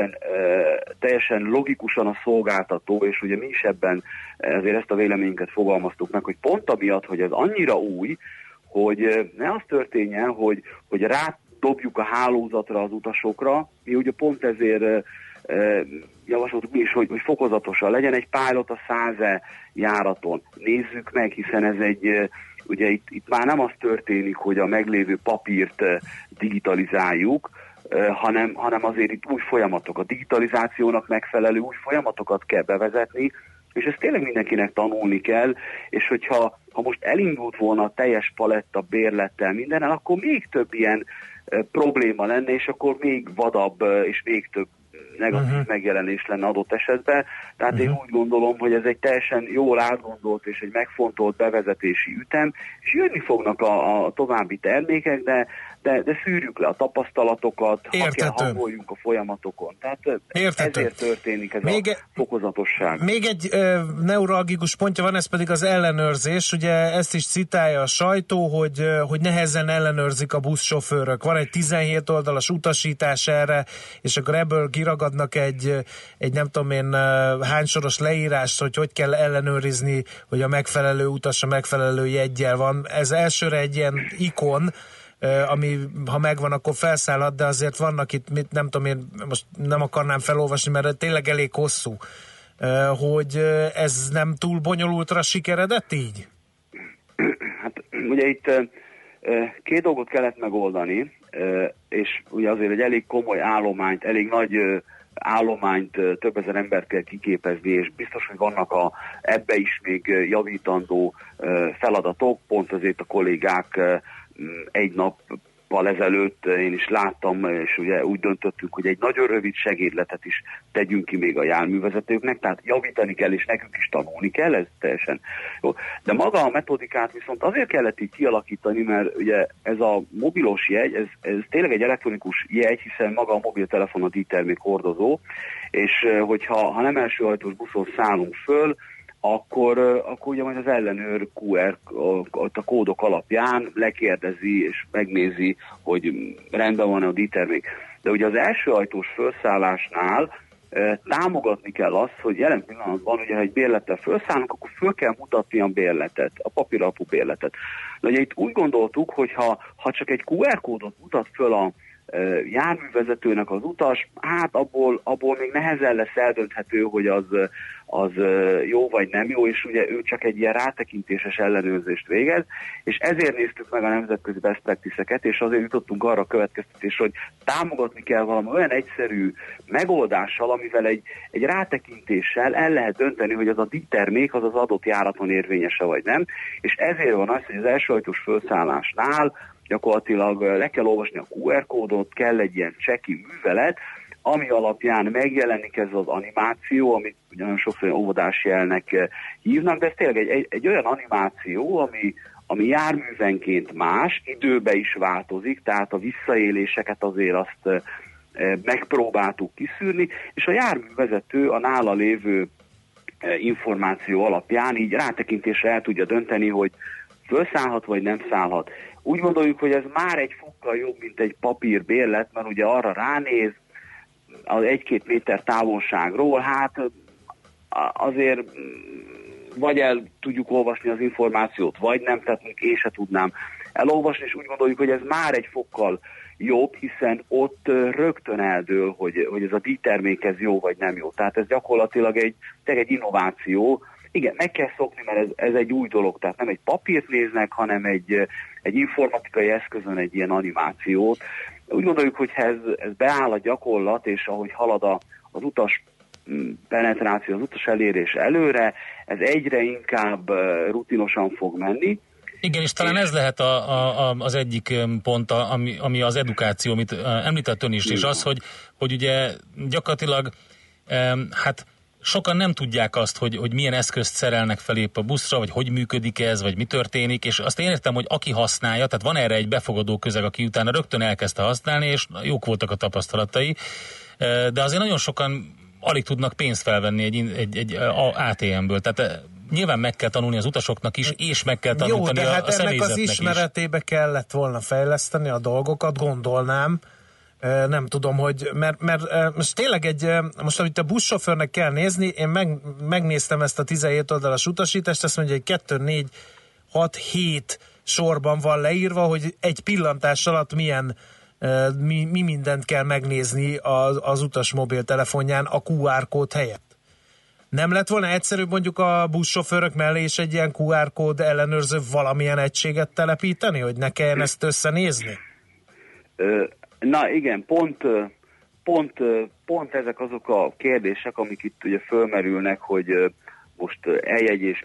teljesen logikusan a szolgáltató, és ugye mi is ebben ezért ezt a véleményünket fogalmaztuk meg, hogy pont amiatt, hogy ez annyira új, hogy ne az történjen, hogy rádobjuk a hálózatra az utasokra, mi ugye pont ezért javasoltuk mi is, hogy fokozatosan legyen egy pilot a 100 járaton. Nézzük meg, hiszen ez ugye itt már nem az történik, hogy a meglévő papírt digitalizáljuk, hanem azért itt új folyamatok, a digitalizációnak megfelelő új folyamatokat kell bevezetni, és ezt tényleg mindenkinek tanulni kell, és hogyha most elindult volna a teljes paletta bérlettel mindennel, akkor még több ilyen probléma lenne, és akkor még vadabb és még több negatív megjelenés lenne adott esetben. Tehát én úgy gondolom, hogy ez egy teljesen jól átgondolt és egy megfontolt bevezetési ütem, és jönni fognak a további termékek, de szűrjük le a tapasztalatokat, ha kell hangoljunk a folyamatokon. Tehát ezért történik ez a fokozatosság. Még egy neuralgikus pontja van, ez pedig az ellenőrzés. Ugye ezt is citálja a sajtó, hogy nehezen ellenőrzik a buszsofőrök. Van egy 17 oldalas utasítás erre, és akkor ebből kiragadnak egy nem tudom én hány soros leírást, hogy kell ellenőrizni, hogy a megfelelő utas a megfelelő jeggyel van. Ez elsőre egy ilyen ikon, ami ha megvan, akkor felszállhat, de azért vannak itt, nem tudom én, most nem akarnám felolvasni, mert tényleg elég hosszú, hogy ez nem túl bonyolultra sikeredett így? Hát ugye itt két dolgot kellett megoldani, és ugye azért egy elég komoly állományt, elég nagy állományt, több ezer embert kell kiképezni, és biztos, hogy vannak ebbe is még javítandó feladatok, pont azért a kollégák egy nappal ezelőtt én is láttam, és ugye úgy döntöttünk, hogy egy nagyon rövid segédletet is tegyünk ki még a járművezetőknek, tehát javítani kell, és nekünk is tanulni kell, ez teljesen jó. De maga a metodikát viszont azért kellett így kialakítani, mert ugye ez a mobilos jegy, ez tényleg egy elektronikus jegy, hiszen maga a mobiltelefon a díjtermék hordozó, és hogyha nem elsőhajtós buszon szállunk föl, akkor ugye majd az ellenőr QR a kódok alapján lekérdezi és megnézi, hogy rendben van a díjtermék. De ugye az elsőajtós felszállásnál támogatni kell azt, hogy jelen pillanatban, ugye, ha egy bérlettel felszállunk, akkor föl kell mutatni a bérletet, a papíralapú bérletet. De ugye itt úgy gondoltuk, hogy ha csak egy QR kódot mutat föl a járművezetőnek az utas, hát abból még nehezen lesz eldönthető, hogy az jó vagy nem jó, és ugye ő csak egy ilyen rátekintéses ellenőrzést végez, és ezért néztük meg a nemzetközi best practice-eket, és azért jutottunk arra a következtetésre, hogy támogatni kell valami olyan egyszerű megoldással, amivel egy rátekintéssel el lehet dönteni, hogy az a díjtermék az adott járaton érvényese vagy nem, és ezért van az, hogy az elsőajtós felszállásnál gyakorlatilag le kell olvasni a QR kódot, kell egy ilyen cseki művelet, ami alapján megjelenik ez az animáció, amit nagyon sokszor óvodás jelnek hívnak, de ez tényleg egy olyan animáció, ami járművenként más, időbe is változik, tehát a visszaéléseket azért azt megpróbáltuk kiszűrni, és a járművezető a nála lévő információ alapján így rátekintésre el tudja dönteni, hogy felszállhat vagy nem szállhat. Úgy gondoljuk, hogy ez már egy fokkal jobb, mint egy papírbérlet, mert ugye arra ránéz az 1-2 méter távolságról, hát azért vagy el tudjuk olvasni az információt, vagy nem, tehát én se tudnám elolvasni, és úgy gondoljuk, hogy ez már egy fokkal jobb, hiszen ott rögtön eldől, hogy ez a díjtermék ez jó vagy nem jó. Tehát ez gyakorlatilag egy innováció. Igen, meg kell szokni, mert ez egy új dolog, tehát nem egy papírt néznek, hanem egy informatikai eszközön egy ilyen animációt. Úgy gondoljuk, hogy ez beáll a gyakorlat, és ahogy halad az utas penetráció, az utas elérés előre, ez egyre inkább rutinosan fog menni. Igen, és talán ez lehet az egyik pont, ami az edukáció, amit említett ön is, és az, hogy ugye gyakorlatilag hát sokan nem tudják azt, hogy milyen eszközt szerelnek fel épp a buszra, vagy hogy működik ez, vagy mi történik, és azt én értem, hogy aki használja, tehát van erre egy befogadó közeg, aki utána rögtön elkezdte használni, és jók voltak a tapasztalatai, de azért nagyon sokan alig tudnak pénzt felvenni egy ATM-ből, tehát nyilván meg kell tanulni az utasoknak is, és meg kell tanulni a személyzetnek is. Jó, de hát ennek az ismeretébe kellett volna fejleszteni a dolgokat, gondolnám. Nem tudom, hogy, mert most tényleg most amit a buszsofőrnek kell nézni, én megnéztem ezt a 17 oldalas utasítást, azt mondja, hogy 2, 4, 6, 7 sorban van leírva, hogy egy pillantás alatt mi mindent kell megnézni az utas mobiltelefonján a QR kód helyett. Nem lett volna egyszerűbb mondjuk a buszsofőrök mellé is egy ilyen QR kód ellenőrző valamilyen egységet telepíteni, hogy ne kelljen ezt összenézni? Na igen, pont ezek azok a kérdések, amik itt ugye fölmerülnek, hogy most eljegy és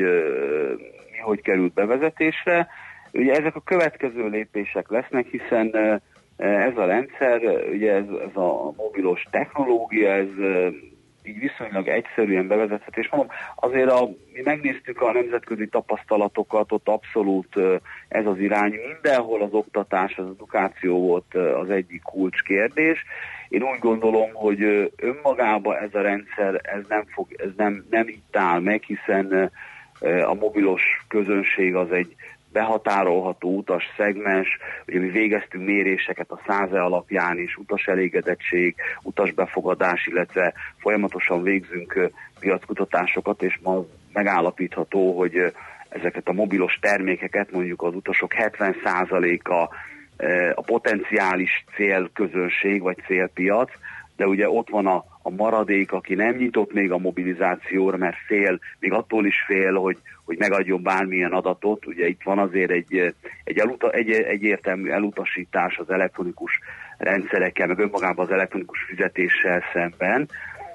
hogy került bevezetésre. Ugye ezek a következő lépések lesznek, hiszen ez a rendszer, ugye ez a mobilos technológia, ez így viszonylag egyszerűen bevezethető, és mondom, azért mi megnéztük a nemzetközi tapasztalatokat, ott abszolút ez az irány, mindenhol az oktatás, az edukáció volt az egyik kulcskérdés. Én úgy gondolom, hogy önmagában ez a rendszer, ez nem itt áll meg, hiszen a mobilos közönség az egy behatárolható utas szegmens, ugye mi végeztünk méréseket a SZÁZE alapján is, utaselégedettség, utasbefogadás, illetve folyamatosan végzünk piackutatásokat, és ma megállapítható, hogy ezeket a mobilos termékeket mondjuk az utasok 70%-a a potenciális célközönség vagy célpiac, de ugye ott van a maradék, aki nem nyitott még a mobilizációra, mert még attól is fél, hogy megadjon bármilyen adatot. Ugye itt van azért egy egyértelmű elutasítás az elektronikus rendszerekkel, meg önmagában az elektronikus fizetéssel szemben.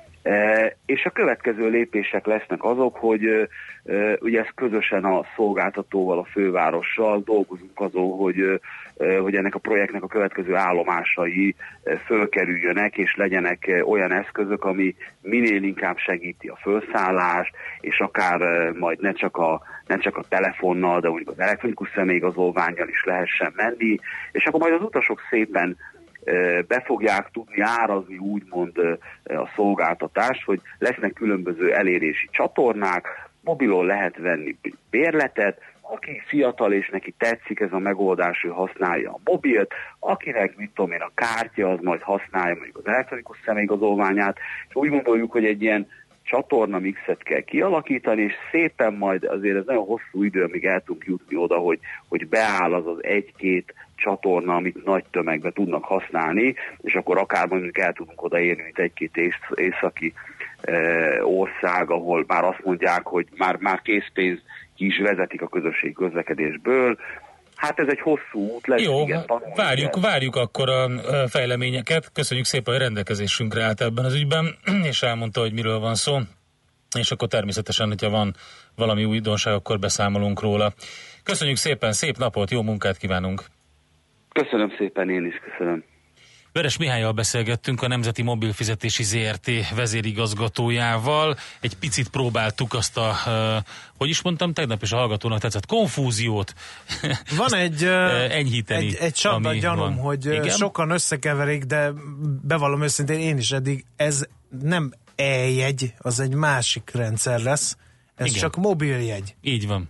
És a következő lépések lesznek azok, hogy ugye ezt közösen a szolgáltatóval, a fővárossal dolgozunk azon, hogy ennek a projektnek a következő állomásai fölkerüljönek, és legyenek olyan eszközök, ami minél inkább segíti a felszállást, és akár majd ne csak a telefonnal, de mondjuk az elektronikus személyigazolvánnyal is lehessen menni, és akkor majd az utasok szépen be fogják tudni árazni úgymond a szolgáltatást, hogy lesznek különböző elérési csatornák, mobilon lehet venni bérletet, aki fiatal és neki tetszik ez a megoldás, ő használja a mobilt, akinek, mit tudom én, a kártya, az majd használja mondjuk az elektronikus személyigazolványát, és úgy gondoljuk, hogy egy ilyen csatorna mixet kell kialakítani, és szépen majd azért ez nagyon hosszú idő, amíg el tudunk jutni oda, hogy beáll az egy-két csatorna, amit nagy tömegben tudnak használni, és akkor akár mondjuk el tudunk odaérni, mint egy-két északi ország, ahol már azt mondják, hogy már készpénz ki is vezetik a közösségi közlekedésből. Hát ez egy hosszú út lesz. Jó, igen, várjuk akkor a fejleményeket. Köszönjük szépen, hogy rendelkezésünkre állt ebben az ügyben, és elmondta, hogy miről van szó. És akkor természetesen, hogyha van valami újdonság, akkor beszámolunk róla. Köszönjük szépen, szép napot, jó munkát kívánunk! Köszönöm szépen, én is köszönöm. Veres Mihállyal beszélgettünk, a Nemzeti Mobilfizetési ZRT vezérigazgatójával. Egy picit próbáltuk azt hogy is mondtam, tegnap is a hallgatónak tetszett, konfúziót van enyhíteni. Egy csapda gyanúm, van. hogy igen? Sokan összekeverik, de bevallom őszintén, én is eddig, ez nem e-jegy, az egy másik rendszer lesz. Ez igen. Csak mobiljegy. Így van.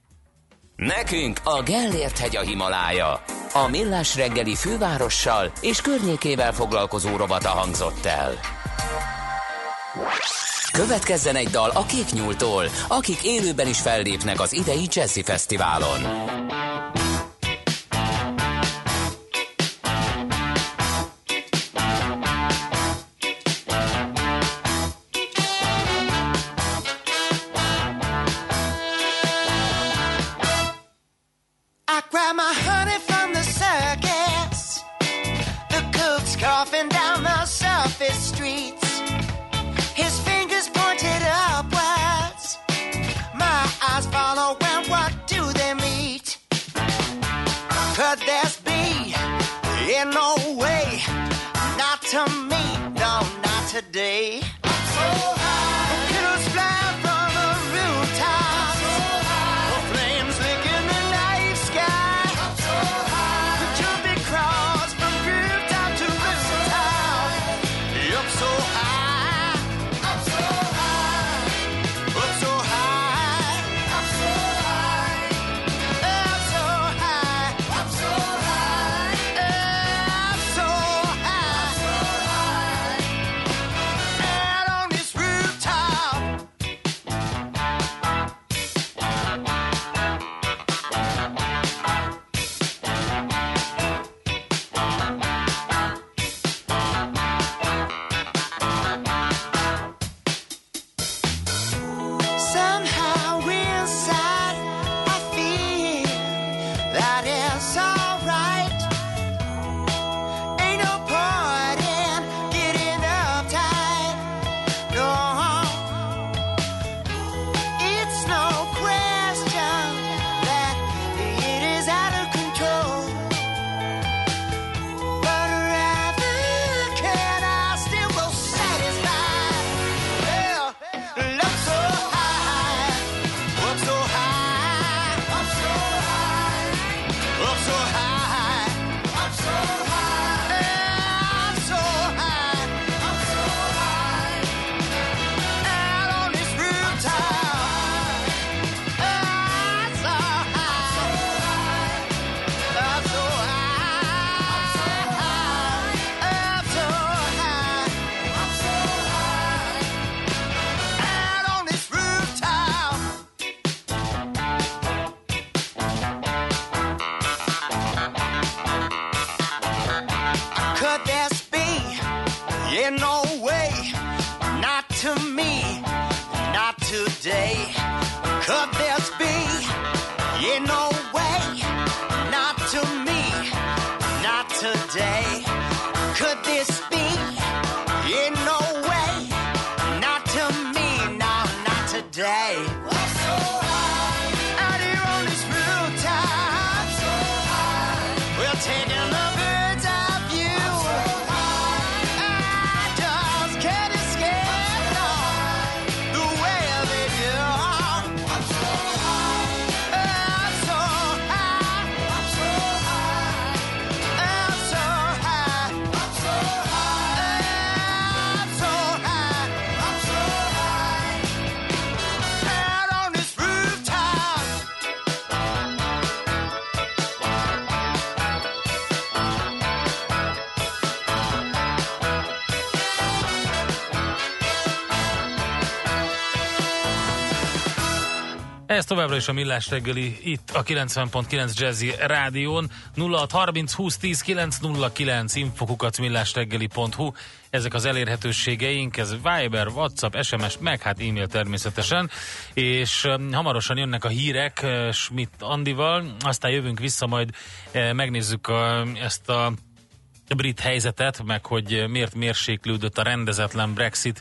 Nekünk a Gellért-hegy a Himalája. A Millás reggeli fővárossal és környékével foglalkozó rovata hangzott el. Következzen egy dal a Kéknyúltól, akik élőben is fellépnek az idei Jazzy Fesztiválon. Today. So high. The kittles fly from the rooftops. So high. The flames lick in the night sky. So high. The jumping cross from rooftop to rooftop. Yeah, no way, not to me, not today. Could this be? Yeah, no way, not to me, no, not today. I'm so high, out here on this rooftop. I'm so high, we're taking the bird's eye view. I'm so high, I just can't escape, no, the way they do. I'm so high, I'm so high, I'm so high, I'm so high, I'm so high, I'm so high, I'm so high, out on this rooftop. Ez továbbra is a Millás reggeli itt a 90.9 Jazzy Rádión. 0630 20 10 909 info@millásreggeli.hu. Ezek az elérhetőségeink, ez Viber, WhatsApp, SMS, meg hát e-mail természetesen. És hamarosan jönnek a hírek Schmidt Andival, aztán jövünk vissza, majd megnézzük ezt a brit helyzetet, meg hogy miért mérséklődött a rendezetlen Brexit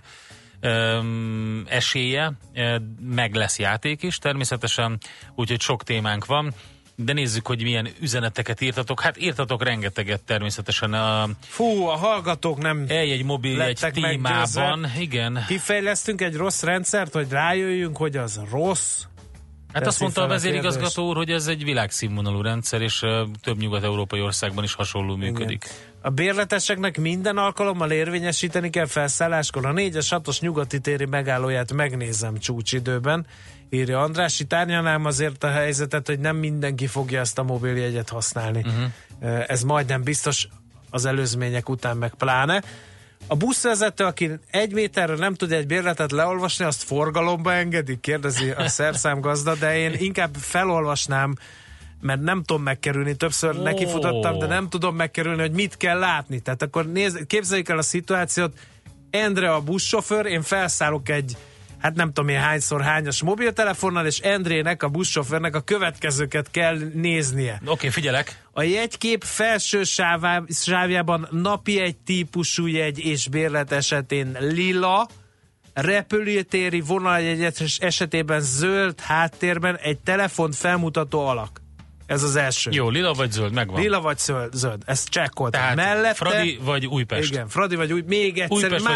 esélye, meg lesz játék is természetesen, úgyhogy sok témánk van, de nézzük, hogy milyen üzeneteket írtatok. Hát írtatok rengeteget természetesen a hallgatók nem egy mobil egy témában. Igen. Kifejlesztünk egy rossz rendszert, hogy rájöjjünk, hogy az rossz. Hát azt mondta a vezérigazgató úr, hogy ez egy világszínvonalú rendszer, és több nyugat-európai országban is hasonló működik. Igen. A bérleteseknek minden alkalommal érvényesíteni kell felszálláskor. A 4-es 6-os nyugati téri megállóját megnézem csúcsidőben, írja András. Itt árnyanám azért a helyzetet, hogy nem mindenki fogja ezt a mobiljegyet használni. Ez majdnem biztos, az előzmények után meg pláne. A buszvezető, aki 1 méterre nem tud egy bérletet leolvasni, azt forgalomba engedik, kérdezi a szerszámgazda, de én inkább felolvasnám, mert nem tudom megkerülni, többször nekifutottam, de nem tudom megkerülni, hogy mit kell látni. Tehát akkor képzeljük el a szituációt, Endre a buszsofőr, én felszállok egy, hát nem tudom én hányas mobiltelefonnal, és Endrének, a buszsofőrnek a következőket kell néznie. Oké, figyelek. A jegykép felső sávjában napi egy típusú jegy és bérlet esetén lila, repülőtéri vonaljegy esetében zöld háttérben egy telefont felmutató alak. Ez az első. Jó, lila vagy zöld, megvan. Lila vagy zöld, ezt csekkoltam. Tehát mellette, Fradi vagy Újpest. Igen, Fradi vagy Újpest. Még egyszer, Újpest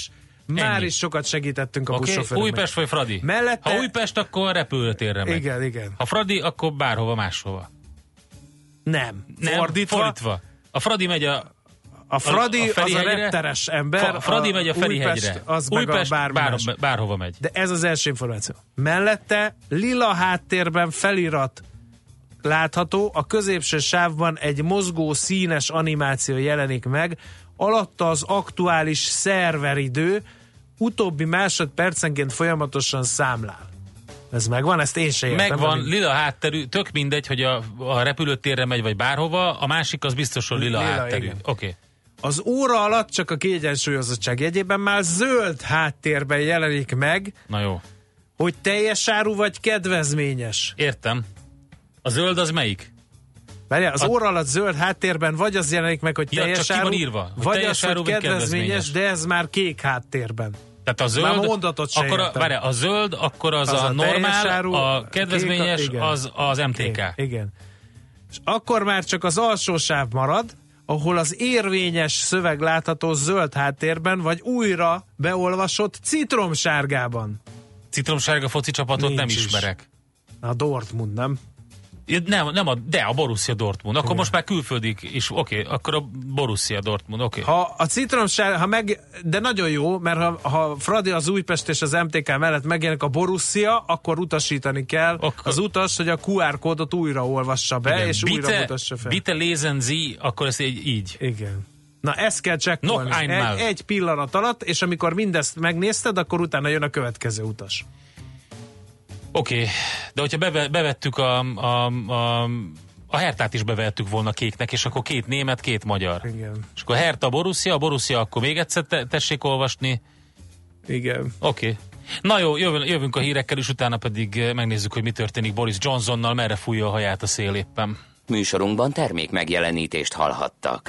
már is sokat segítettünk a buszsofőrnek. Újpest vagy Fradi. Mellette... Ha Újpest, akkor repülőtérre megy. Igen. Ha Fradi, akkor bárhova máshova. Nem. Fordítva. A Fradi megy a Fradi az a repteres ember. Fradi megy a Ferihegyre. Újpest bárhova megy. De ez az első információ. Mellette lila háttérben felirat látható, a középső sávban egy mozgó színes animáció jelenik meg, alatta az aktuális szerveridő, utóbbi másodpercenként folyamatosan számlál. Ez megvan? Ezt én se értem. Megvan, lila hátterű, tök mindegy, hogy a repülőtérre megy, vagy bárhova, a másik az biztos, hogy lila hátterű. Oké. Az óra alatt csak a kiegyensúlyozottság jegyében már zöld háttérben jelenik meg. Na jó. Hogy teljes áru vagy kedvezményes. Értem. A zöld az melyik? Várjál, az óra alatt zöld háttérben vagy az jelenik meg, hogy teljes áru, van írva, vagy az, hogy kedvezményes, de ez már kék háttérben. Tehát a zöld, akkor a zöld, akkor az a normál, áru, a kedvezményes, kék, az MTK. Igen. És akkor már csak az alsó sáv marad, ahol az érvényes szöveg látható zöld háttérben, vagy újra beolvasott citromsárgában. Citromsárga foci csapatot nincs nem ismerek. A Dortmund, nem? De a Borussia Dortmund. Akkor most már külföldik is, oké, akkor a Borussia Dortmund, oké. Ha a citromsárga, de nagyon jó, mert ha Fradi az Újpest és az MTK mellett megjelenik a Borussia, akkor utasítani kell az utas, hogy a QR kódot újra olvassa be, igen, és újra mutassa fel. Bitte lesen Sie, akkor ez így. Igen. Na, ezt kell csekkolni. Egy pillanat alatt, és amikor mindezt megnézted, akkor utána jön a következő utas. Oké, de hogyha bevettük a Hertát is bevettük volna kéknek, és akkor 2 német, 2 magyar. Igen. És akkor Hertha, a Borussia akkor még egyszer tessék olvasni. Igen. Oké. Na jó, jövünk a hírekkel, és utána pedig megnézzük, hogy mi történik Boris Johnsonnal, merre fújja a haját a szél éppen. Műsorunkban termék megjelenítést hallhattak.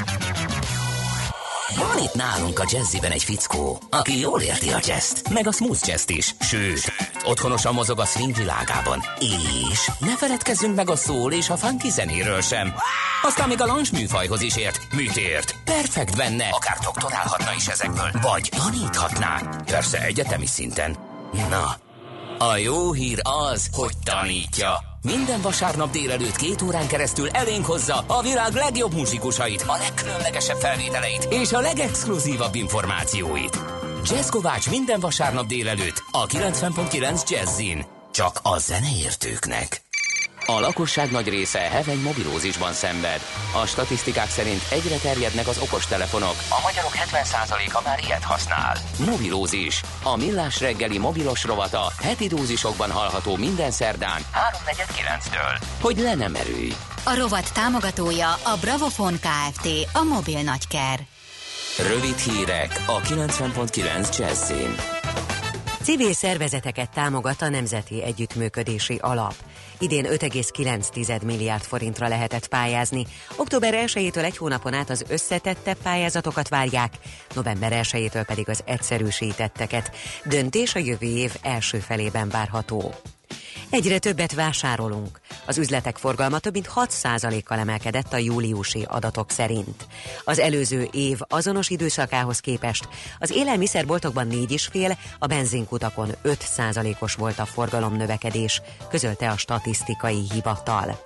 Van itt nálunk a Jazziben egy fickó, aki jól érti a jazzt, meg a smooth jazzt is, sőt, otthonosan mozog a swing világában. És ne feledkezzünk meg a soul és a funky zenéről sem. Aztán még a lounge műfajhoz is ért. Mit ért? Perfekt benne, akár doktorálhatna is ezekből, vagy taníthatná. Persze egyetemi szinten. Na, a jó hír az, hogy tanítja. Minden vasárnap délelőtt 2 órán keresztül elénk hozza a világ legjobb muzsikusait, a legkülönlegesebb felvételeit és a legexkluzívabb információit. Jazz Kovács minden vasárnap délelőtt a 90.9 Jazzin. Csak a zeneértőknek. A lakosság nagy része heveny mobilózisban szenved. A statisztikák szerint egyre terjednek az okostelefonok. A magyarok 70%-a már ilyet használ. Mobilózis. A Millás reggeli mobilos rovata heti dózisokban hallható minden szerdán 3:49-től. Hogy le nem erőj. A rovat támogatója a Bravofon Kft. A mobil nagyker. Rövid hírek a 90.9 Jazzin. Civil szervezeteket támogat a Nemzeti Együttműködési Alap. Idén 5,9 milliárd forintra lehetett pályázni. Október 1-től egy hónapon át az összetettebb pályázatokat várják, november 1-től pedig az egyszerűsítetteket. Döntés a jövő év első felében várható. Egyre többet vásárolunk. Az üzletek forgalma több mint 6%-kal emelkedett a júliusi adatok szerint. Az előző év azonos időszakához képest az élelmiszerboltokban 4,5, a benzinkutakon 5%-os volt a forgalomnövekedés, közölte a statisztikai hivatal.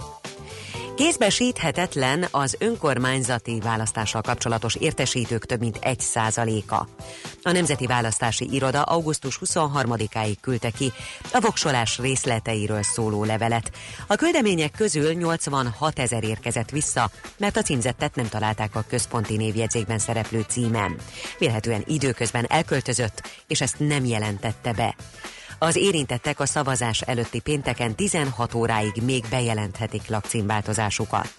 Kézbesíthetetlen az önkormányzati választással kapcsolatos értesítők több mint 1%-a. A Nemzeti Választási Iroda augusztus 23-áig küldte ki a voksolás részleteiről szóló levelet. A küldemények közül 86 000 érkezett vissza, mert a címzettet nem találták a központi névjegyzékben szereplő címen. Vélhetően időközben elköltözött, és ezt nem jelentette be. Az érintettek a szavazás előtti pénteken 16 óráig még bejelenthetik lakcímváltozásukat.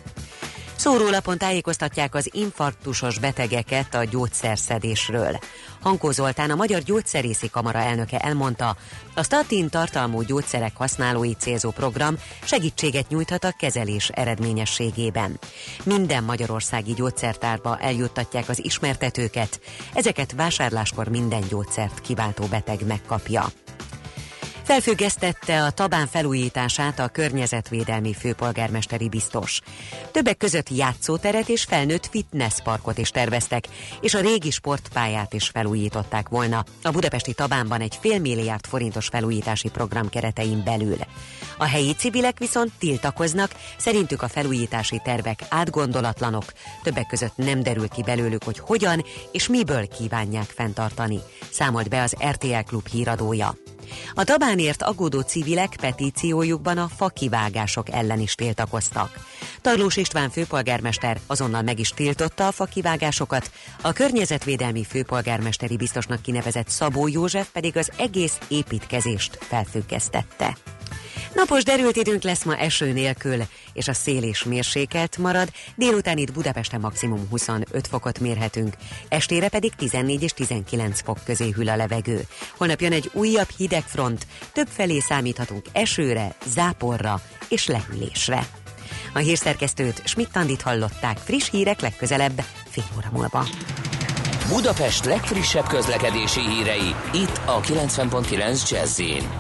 Szórólapon tájékoztatják az infarktusos betegeket a gyógyszerszedésről. Hankó Zoltán, a Magyar Gyógyszerészi Kamara elnöke elmondta, a statin tartalmú gyógyszerek használói célzó program segítséget nyújthat a kezelés eredményességében. Minden magyarországi gyógyszertárba eljuttatják az ismertetőket, ezeket vásárláskor minden gyógyszert kiváltó beteg megkapja. Felfüggesztette a Tabán felújítását a környezetvédelmi főpolgármesteri biztos. Többek között játszóteret és felnőtt fitnessparkot is terveztek, és a régi sportpályát is felújították volna a budapesti Tabánban egy $500 millió forintos felújítási program keretein belül. A helyi civilek viszont tiltakoznak, szerintük a felújítási tervek átgondolatlanok, többek között nem derül ki belőlük, hogy hogyan és miből kívánják fenntartani, számolt be az RTL Klub híradója. A Tabánért aggódó civilek petíciójukban a fakivágások ellen is tiltakoztak. Tarlós István főpolgármester azonnal meg is tiltotta a fakivágásokat, a környezetvédelmi főpolgármesteri biztosnak kinevezett Szabó József pedig az egész építkezést felfüggesztette. Napos derült időnk lesz ma eső nélkül, és a szél is mérsékelt marad, délután itt Budapesten maximum 25 fokot mérhetünk, estére pedig 14 és 19 fok közé hűl a levegő. Holnap jön egy újabb hideg front, többfelé számíthatunk esőre, záporra és lehűlésre. A hírszerkesztőt, Schmidt-Andit hallották, friss hírek legközelebb fél óra múlva. Budapest legfrissebb közlekedési hírei, itt a 90.9 Jazz-in.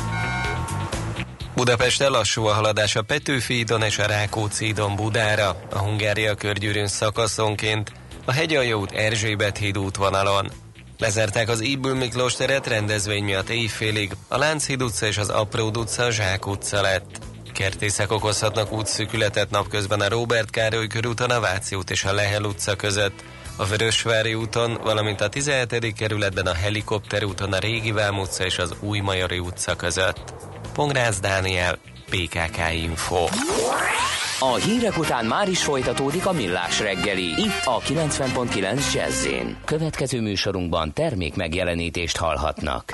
Budapesten lassú a haladás a Petőfi hídon és a Rákóczi hídon Budára, a Hungária körgyűrűn szakaszonként, a Hegyalja út Erzsébet híd útvonalon. Lezárták az Ybl Miklós teret rendezvény miatt éjfélig, a Lánchíd utca és az Apród utca a Zsák utca lett. Kertészek okozhatnak útszűkületet napközben a Róbert Károly körúton, a Váci út és a Lehel utca között, a Vörösvári úton, valamint a 17. kerületben a Helikopter úton, a Régi Vám utca és az Újmajori utca között. Pongrácz Dániel, PKK Info. A hírek után már is folytatódik a Millás reggeli, itt a 90.9 Jazz-in. Következő műsorunkban termék megjelenítést hallhatnak.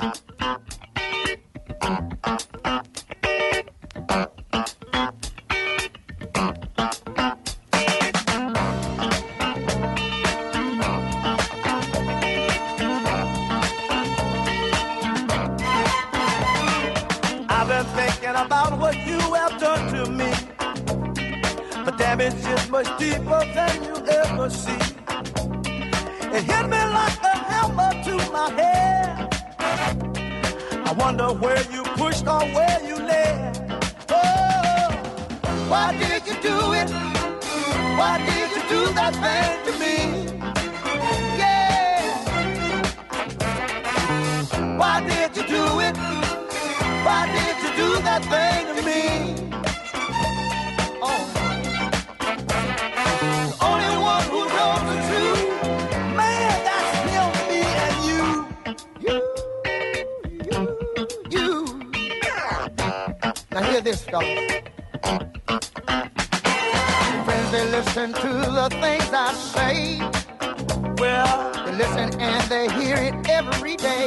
done to me. The damage is much deeper than you ever see. It hit me like a hammer to my head. I wonder where you pushed or where you led. Oh, why did you do it? Why did you do that thing to me? Yeah. Why did you do it? Why did you do that thing to me? Oh. The only one who knows the truth, man, that's him, me, and you. You. Now hear this, fellas. Friends, they listen to the things I say. Well, they listen and they hear it every day.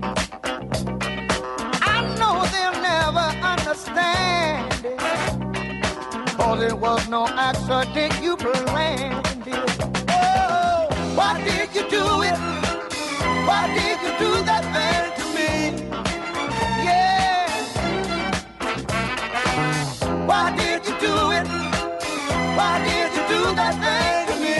I know they'll never understand it, 'cause it was no accident, you planned it. Oh, why did you do it? Why did you do that thing to me? Yeah. Why did you do it? Why did you do that thing to me?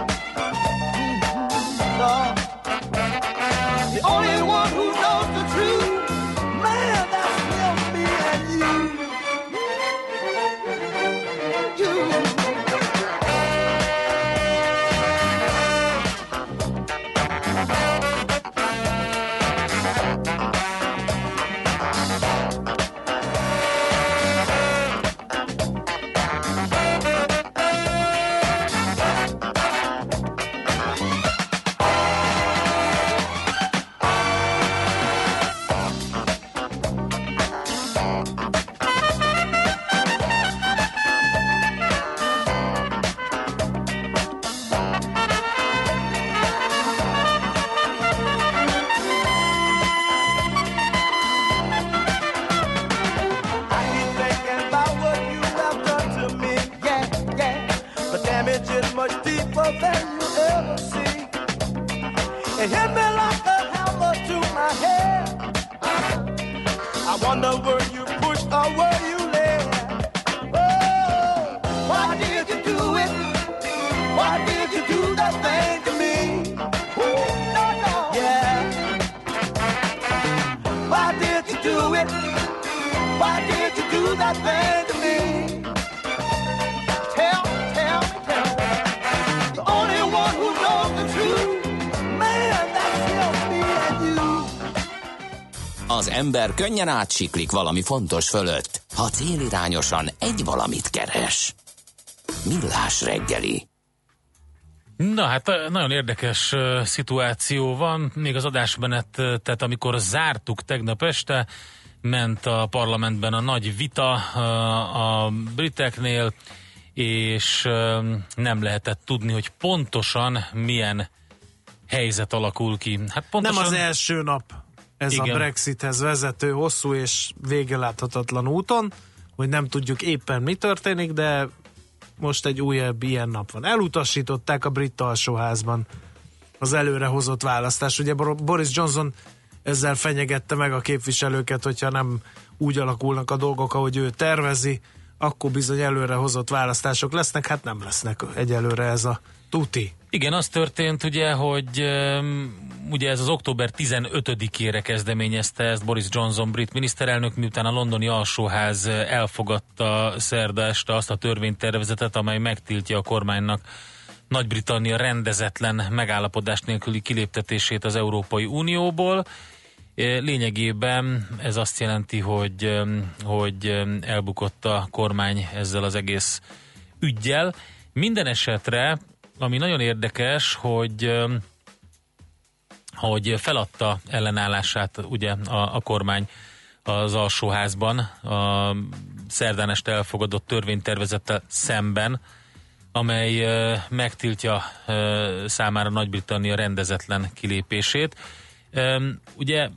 Lord, the only one who knows the truth, man, that's him, me, and you. You. It hit me like a hammer to my head. I wonder were you pushed or were you led? Oh, why did you do it? Why did you do that thing to me? Ooh, no, no. Yeah. Why did you do it? Why did you do that thing to me? Tell me. The only one who knows the truth. Az ember könnyen átsiklik valami fontos fölött, ha célirányosan egy valamit keres. Millás reggeli. Na hát nagyon érdekes szituáció van, még az adásmenetet, amikor zártuk tegnap este, ment a parlamentben a nagy vita a briteknél, és nem lehetett tudni, hogy pontosan milyen helyzet alakul ki. Hát pontosan... Nem az első nap ez igen. A Brexithez vezető hosszú és végeláthatatlan úton, hogy nem tudjuk éppen mi történik, de most egy újabb ilyen nap van. Elutasították a brit alsóházban az előrehozott választás. Ugye Boris Johnson ezzel fenyegette meg a képviselőket, hogyha nem úgy alakulnak a dolgok, ahogy ő tervezi, akkor bizony előrehozott választások lesznek, hát nem lesznek egyelőre, ez a tuti. Igen, az történt ugye, hogy ugye ez az október 15-ére kezdeményezte ezt Boris Johnson brit miniszterelnök, miután a londoni alsóház elfogadta szerda este azt a törvénytervezetet, amely megtiltja a kormánynak Nagy-Britannia rendezetlen megállapodás nélküli kiléptetését az Európai Unióból. Lényegében ez azt jelenti, hogy elbukott a kormány ezzel az egész üggyel. Minden esetre, ami nagyon érdekes, hogy feladta ellenállását ugye a kormány az alsóházban a szerdán este elfogadott törvénytervezettel szemben, amely megtiltja számára Nagy-Britannia rendezetlen kilépését. Ugye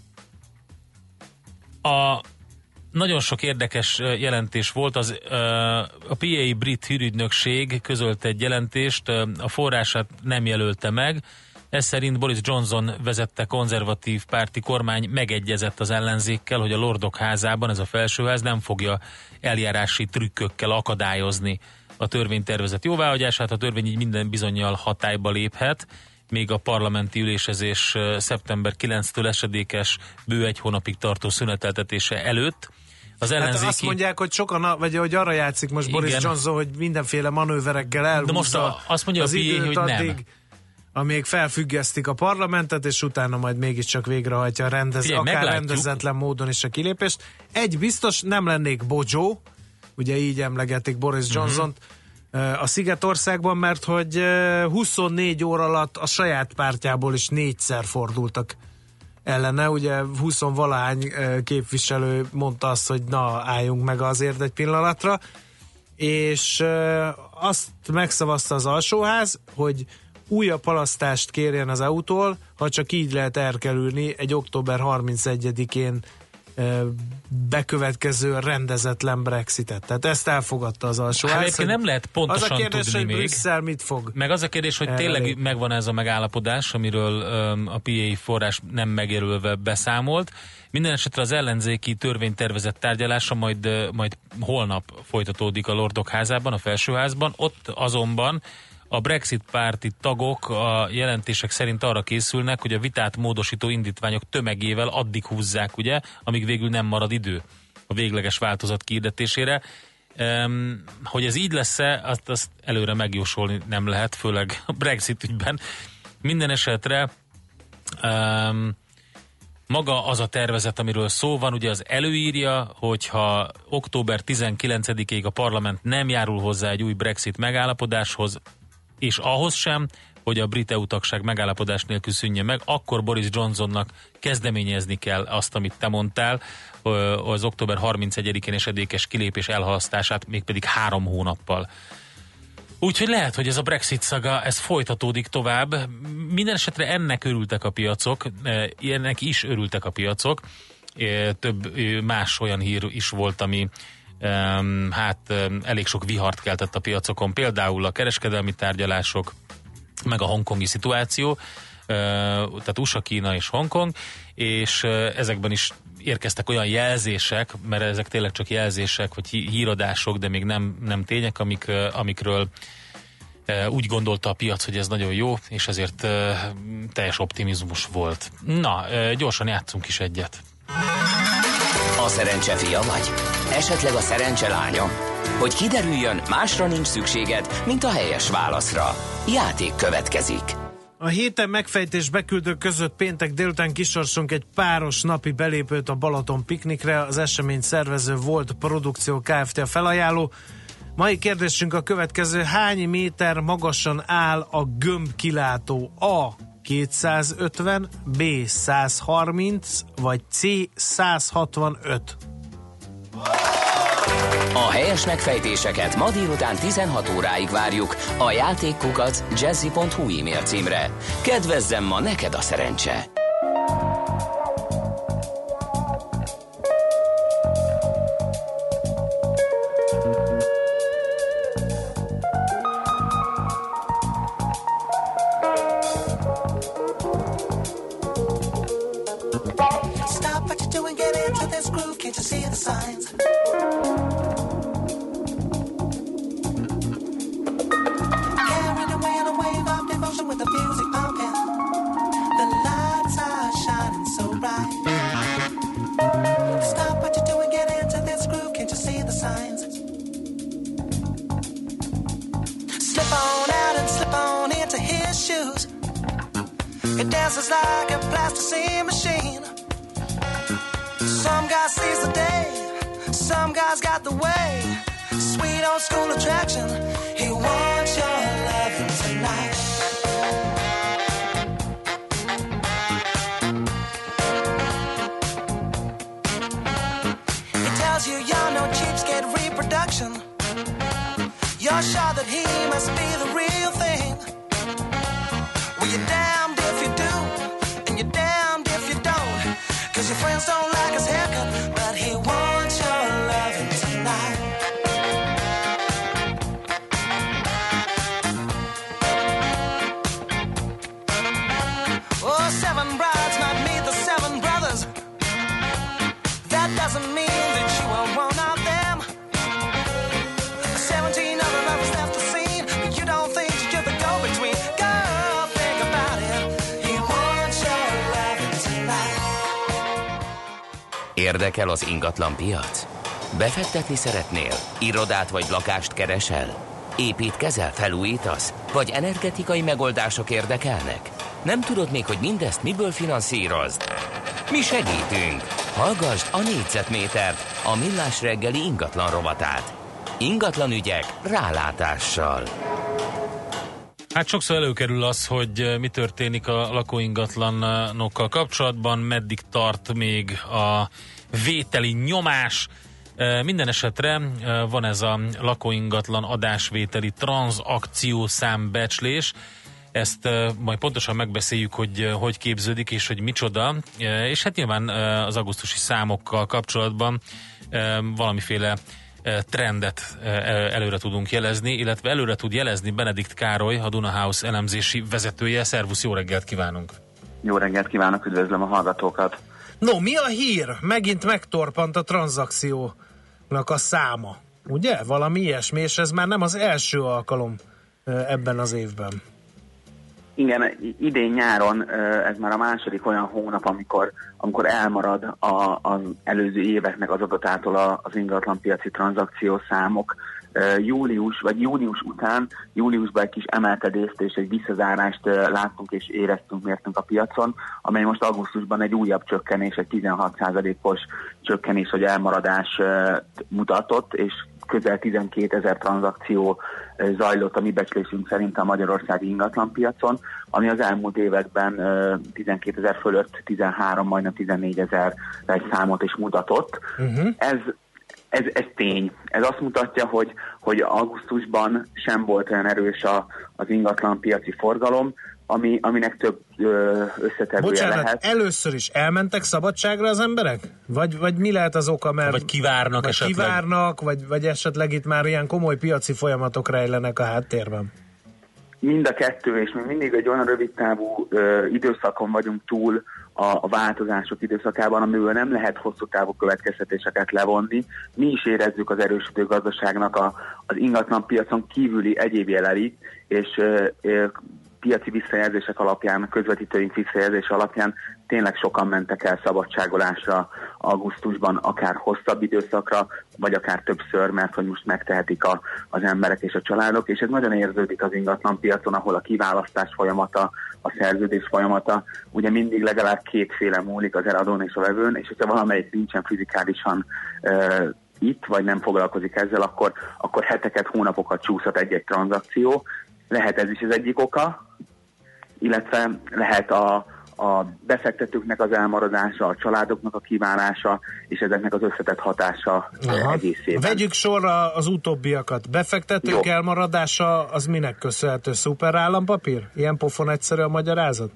nagyon sok érdekes jelentés volt, a PA brit hírügynökség közölte egy jelentést, a forrását nem jelölte meg, Ez szerint Boris Johnson vezette konzervatív párti kormány megegyezett az ellenzékkel, hogy a Lordok házában, ez a felsőház nem fogja eljárási trükkökkel akadályozni a törvénytervezet jóváhagyását. A törvény így minden bizonnyal hatályba léphet, még a parlamenti ülésezés szeptember 9-től esedékes bő egy hónapig tartó szüneteltetése előtt. Az ellenzéki... Hát azt mondják, hogy sokan, vagy hogy arra játszik most Boris Johnson, hogy mindenféle manőverekkel elhúzza. De most azt mondja az a PA, hogy addig, nem. Amíg felfüggesztik a parlamentet, és utána majd mégiscsak végrehajtja akár rendezetlen módon is a kilépést. Egy biztos, nem lennék bodzsó, ugye így emlegetik Boris Johnsont a Szigetországban, mert hogy 24 óra alatt a saját pártjából is 4-szer fordultak ellene. Ugye 20-valahány képviselő mondta azt, hogy na, álljunk meg azért egy pillanatra, és azt megszavazta az alsóház, hogy újabb halasztást kérjen az EU-tól, ha csak így lehet elkerülni egy október 31-én bekövetkező rendezetlen Brexitet. Tehát ezt elfogadta az alsóház. Hát nem lehet pontosan az a kérdés, tudni hogy még. Brüsszel mit fog? Meg az a kérdés, hogy tényleg megvan ez a megállapodás, amiről a PA forrás nem megérülve beszámolt. Minden esetre az ellenzéki törvénytervezet tárgyalása majd holnap folytatódik a Lordok házában, a felsőházban. Ott azonban a Brexit párti tagok a jelentések szerint arra készülnek, hogy a vitát módosító indítványok tömegével addig húzzák, ugye, amíg végül nem marad idő a végleges változat kihirdetésére. Hogy ez így lesz-e, azt előre megjósolni nem lehet, főleg a Brexit ügyben. Minden esetre maga az a tervezet, amiről szó van, ugye az előírja, hogyha október 19-ig a parlament nem járul hozzá egy új Brexit megállapodáshoz, és ahhoz sem, hogy a brit EU tagság megállapodás nélkül szűnjön meg, akkor Boris Johnsonnak kezdeményezni kell azt, amit te mondtál, az október 31-én esedékes kilépés elhalasztását, mégpedig 3 hónappal. Úgyhogy lehet, hogy ez a Brexit szaga, ez folytatódik tovább. Minden esetre ennek örültek a piacok, ennek is örültek a piacok. Több más olyan hír is volt, ami elég sok vihart keltett a piacokon, például a kereskedelmi tárgyalások, meg a hongkongi szituáció, tehát USA, Kína és Hongkong, és ezekben is érkeztek olyan jelzések, mert ezek tényleg csak jelzések, vagy híradások, de még nem tények, amikről úgy gondolta a piac, hogy ez nagyon jó, és ezért teljes optimizmus volt. Na, gyorsan játszunk is egyet. A szerencse fia vagy? Esetleg a szerencse lánya? Hogy kiderüljön, másra nincs szükséged, mint a helyes válaszra. Játék következik. A héten megfejtés beküldők között péntek délután kisorsunk egy páros napi belépőt a Balaton piknikre. Az esemény szervező Volt Produkció Kft. A felajánló. Mai kérdésünk a következő: hány méter magasan áll a gömbkilátó? A. 250, B. 130, vagy C. 165? A helyes megfejtéseket ma délután 16 óráig várjuk a játékkukac@jazzy.hu e-mail címre. Kedvezzem ma neked a szerencse! Stop what you're doing, get into this groove, can't you see the signs? Carried away in a wave of devotion with the music pumping. The lights are shining so bright. Stop what you're doing, get into this groove, can't you see the signs? Slip on out and slip on into his shoes. It dances like a plasticine machine. Some guy sees the day, some guy's got the way. Sweet old school attraction, he wants your loving tonight. He tells you you're no cheapskate reproduction. You're sure that he must be the real thing. Well, you're damned if you do, and you're damned if you don't. 'Cause your friends don't like his haircut, but he wants your loving tonight. Érdekel az ingatlan piac? Befektetni szeretnél? Irodát vagy lakást keresel? Építkezel, felújítasz? Vagy energetikai megoldások érdekelnek? Nem tudod még, hogy mindezt miből finanszírozd? Mi segítünk! Hallgasd a négyzetmétert, a Millás reggeli ingatlan rovatát. Ingatlan ügyek rálátással. Hát sokszor előkerül az, hogy mi történik a lakóingatlanokkal kapcsolatban, meddig tart még a vételi nyomás. Minden esetre van ez a lakóingatlan adásvételi tranzakciószámbecslés. Ezt majd pontosan megbeszéljük, hogy képződik és hogy micsoda. És hát nyilván az augusztusi számokkal kapcsolatban valamiféle trendet előre tudunk jelezni, illetve előre tud jelezni Benedikt Károly, a Duna House elemzési vezetője. Szervusz, jó reggelt kívánunk! Jó reggelt kívánok, üdvözlöm a hallgatókat! No, mi a hír? Megint megtorpant a tranzakciónak a száma, ugye? Valami ilyesmi, és ez már nem az első alkalom ebben az évben. Igen, idén nyáron ez már a második olyan hónap, amikor elmarad az előző éveknek az adatától az ingatlanpiaci tranzakciószámok. Június után, júliusban egy kis emelkedést és egy visszazárást láttunk és mértünk a piacon, amely most augusztusban egy újabb csökkenés, egy 16%-os csökkenés, vagy elmaradás mutatott, és közel 12 000 tranzakció zajlott a mi becslésünk szerint a magyarországi ingatlanpiacon, ami az elmúlt években 12 000 fölött 13, majdnem 14 000 számot is mutatott. Ez tény. Ez azt mutatja, hogy augusztusban sem volt olyan erős az ingatlanpiaci forgalom, aminek több összetevője lehet. Először is elmentek szabadságra az emberek? Vagy mi lehet az oka? Vagy kivárnak esetleg? Kivárnak, vagy esetleg itt már ilyen komoly piaci folyamatok rejlenek a háttérben? Mind a kettő, és mi mindig egy olyan rövidtávú időszakon vagyunk túl a változások időszakában, amiből nem lehet hosszú távú következtetéseket levonni. Mi is érezzük az erősödő gazdaságnak az ingatlanpiacon kívüli egyéb jeleit, és piaci visszajelzések alapján, közvetítőink visszajelzése alapján tényleg sokan mentek el szabadságolásra augusztusban, akár hosszabb időszakra, vagy akár többször, mert hogy most megtehetik az emberek és a családok, és ez nagyon érződik az ingatlanpiacon, ahol a kiválasztás folyamata, a szerződés folyamata, ugye mindig legalább kétféle múlik az eladón és a vevőn, és hogyha valamelyik nincsen fizikálisan itt, vagy nem foglalkozik ezzel, akkor heteket, hónapokat csúszhat egy-egy tranzakció. Lehet ez is az egyik oka, illetve lehet a befektetőknek az elmaradása, a családoknak a kiválása, és ezeknek az összetett hatása egészében. Vegyük sorra az utóbbiakat. Befektetők elmaradása az minek köszönhető? Szuper állampapír? Ilyen pofon egyszerű a magyarázat?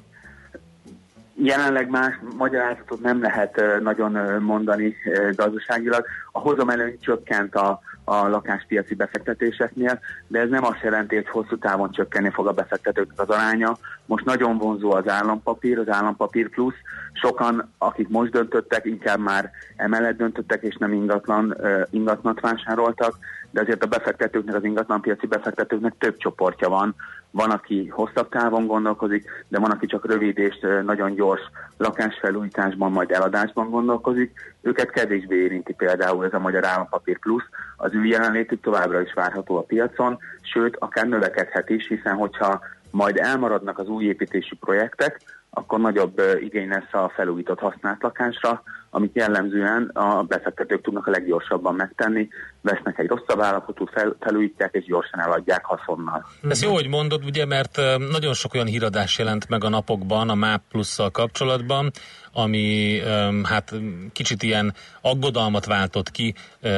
Jelenleg más magyarázatot nem lehet nagyon mondani gazdaságilag. A hozamelőny csökkent a lakáspiaci befektetéseknél, de ez nem azt jelenti, hogy hosszú távon csökkenni fog a befektetőknek az aránya. Most nagyon vonzó az állampapír plusz. Sokan, akik most döntöttek, inkább már emellett döntöttek, és nem ingatlant vásároltak, de azért a befektetőknek, az ingatlanpiaci befektetőknek több csoportja van. Van, aki hosszabb távon gondolkozik, de van, aki csak rövid és nagyon gyors lakásfelújításban, majd eladásban gondolkozik. Őket kevésbé érinti például ez a magyar állampapír plusz. Az ő jelenlétük továbbra is várható a piacon, sőt, akár növekedhet is, hiszen hogyha majd elmaradnak az új építésű projektek, akkor nagyobb igény lesz a felújított használt lakásra, amit jellemzően a befektetők tudnak a leggyorsabban megtenni, vesznek egy rosszabb állapotút, felújítják és gyorsan eladják haszonnal. Ez jó, hogy mondod, ugye, mert nagyon sok olyan híradás jelent meg a napokban a MÁP Plusszal kapcsolatban, ami hát kicsit ilyen aggodalmat váltott ki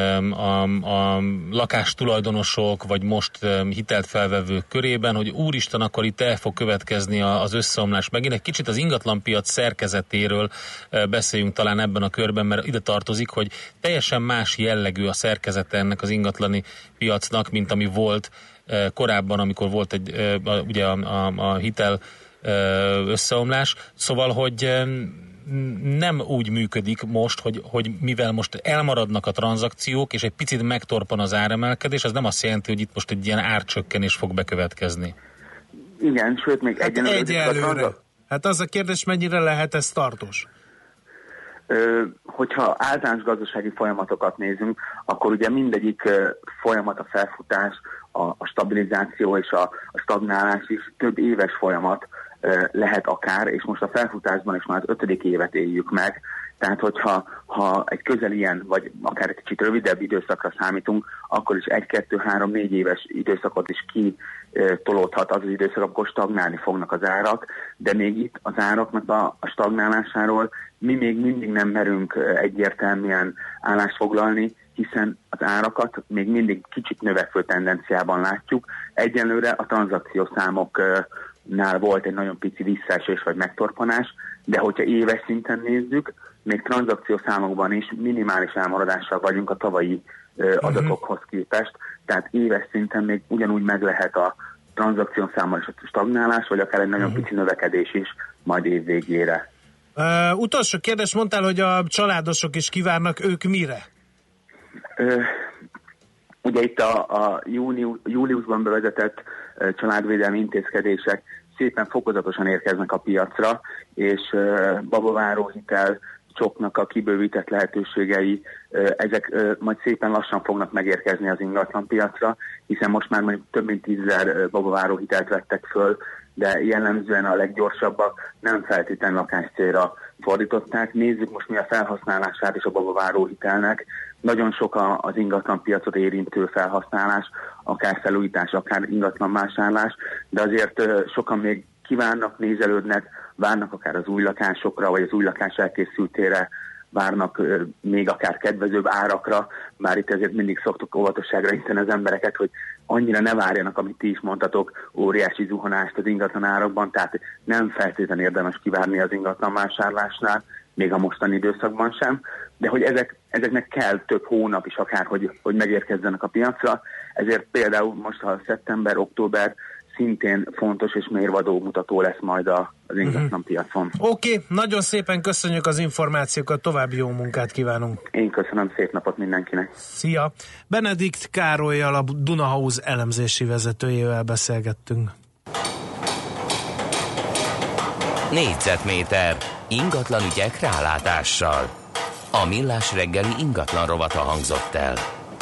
a lakástulajdonosok, vagy most hitelt felvevők körében, hogy úristen, akkor itt el fog következni az összeomlás megint. Egy kicsit az ingatlanpiac szerkezetéről beszéljünk talán ebben a körben, mert ide tartozik, hogy teljesen más jellegű a szerkezete ennek az ingatlani piacnak, mint ami volt korábban, amikor volt ugye a hitel összeomlás. Szóval, hogy nem úgy működik most, hogy mivel most elmaradnak a tranzakciók, és egy picit megtorpan az áremelkedés, az nem azt jelenti, hogy itt most egy ilyen árcsökkenés fog bekövetkezni. Igen, sőt, még egyelőre. Hát az a kérdés, mennyire lehet ez tartós? Hogyha általános gazdasági folyamatokat nézünk, akkor ugye mindegyik folyamat, a felfutás, a stabilizáció és a stagnálás is több éves folyamat lehet akár, és most a felfutásban is már az 5. évet éljük meg, tehát hogyha egy közel ilyen, vagy akár egy kicsit rövidebb időszakra számítunk, akkor is 1, 2, 3, 4 éves időszakot is kitolódhat az időszak, akkor stagnálni fognak az árak, de még itt az áraknak a stagnálásáról mi még mindig nem merünk egyértelműen állást foglalni, hiszen az árakat még mindig kicsit növekvő tendenciában látjuk. Egyenlőre a tranzakciószámoknál volt egy nagyon pici visszaesés vagy megtorpanás, de hogyha éves szinten nézzük, még tranzakciószámokban is minimális elmaradással vagyunk a tavalyi adatokhoz képest, tehát éves szinten még ugyanúgy meg lehet a tranzakciószámmal is a stagnálás, vagy akár egy nagyon pici növekedés is majd év végére. Utolsó kérdés, mondtál, hogy a családosok is kívánnak, ők mire? Ugye itt a júliusban bevezetett családvédelmi intézkedések szépen fokozatosan érkeznek a piacra, és babaváró hitel, csoknak a kibővített lehetőségei, ezek majd szépen lassan fognak megérkezni az ingatlanpiacra, hiszen most már mondjuk több mint 10 000 babaváró hitelt vettek föl, de jellemzően a leggyorsabbak nem feltétlenül lakáscélra fordították. Nézzük most mi a felhasználását és a babaváró hitelnek. Nagyon sok az ingatlanpiacot érintő felhasználás, akár felújítás, akár ingatlanvásárlás, de azért sokan még kívánnak, nézelődnek, várnak akár az új lakásokra, vagy az új lakás elkészültére, várnak még akár kedvezőbb árakra, bár itt ezért mindig szoktuk óvatosságra inteni az embereket, hogy annyira ne várjanak, amit ti is mondtatok, óriási zuhanást az ingatlan árakban, tehát nem feltétlenül érdemes kivárni az ingatlan vásárlásnál, még a mostani időszakban sem, de hogy ezeknek kell több hónap is akár, hogy megérkezzenek a piacra, ezért például most, ha szeptember, október szintén fontos és mérvadó mutató lesz majd az ingatlan piacon. Oké, nagyon szépen köszönjük az információkat, további jó munkát kívánunk. Én köszönöm, szép napot mindenkinek. Szia! Benedikt Károllyal, a Dunahouse elemzési vezetőjével beszélgettünk. Négyzetméter ingatlan ügyek rálátással. A Millás reggeli ingatlan rovata hangzott el.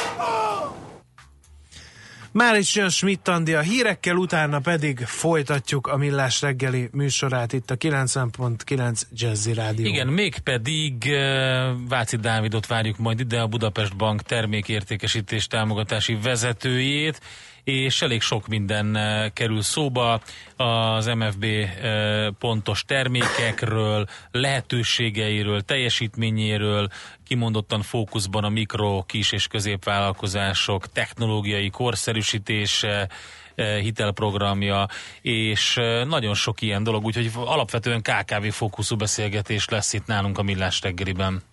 Már is jön Schmidt Andi a hírekkel, utána pedig folytatjuk a Millás reggeli műsorát itt a 90.9 Jazzy Rádió. Igen, mégpedig Váci Dávidot várjuk majd ide, a Budapest Bank termékértékesítés támogatási vezetőjét, és elég sok minden kerül szóba az MFB pontos termékekről, lehetőségeiről, teljesítményéről, kimondottan fókuszban a mikro, kis és középvállalkozások technológiai korszerűsítése, hitelprogramja, és nagyon sok ilyen dolog, úgyhogy alapvetően KKV fókuszú beszélgetés lesz itt nálunk a Millás reggeliben.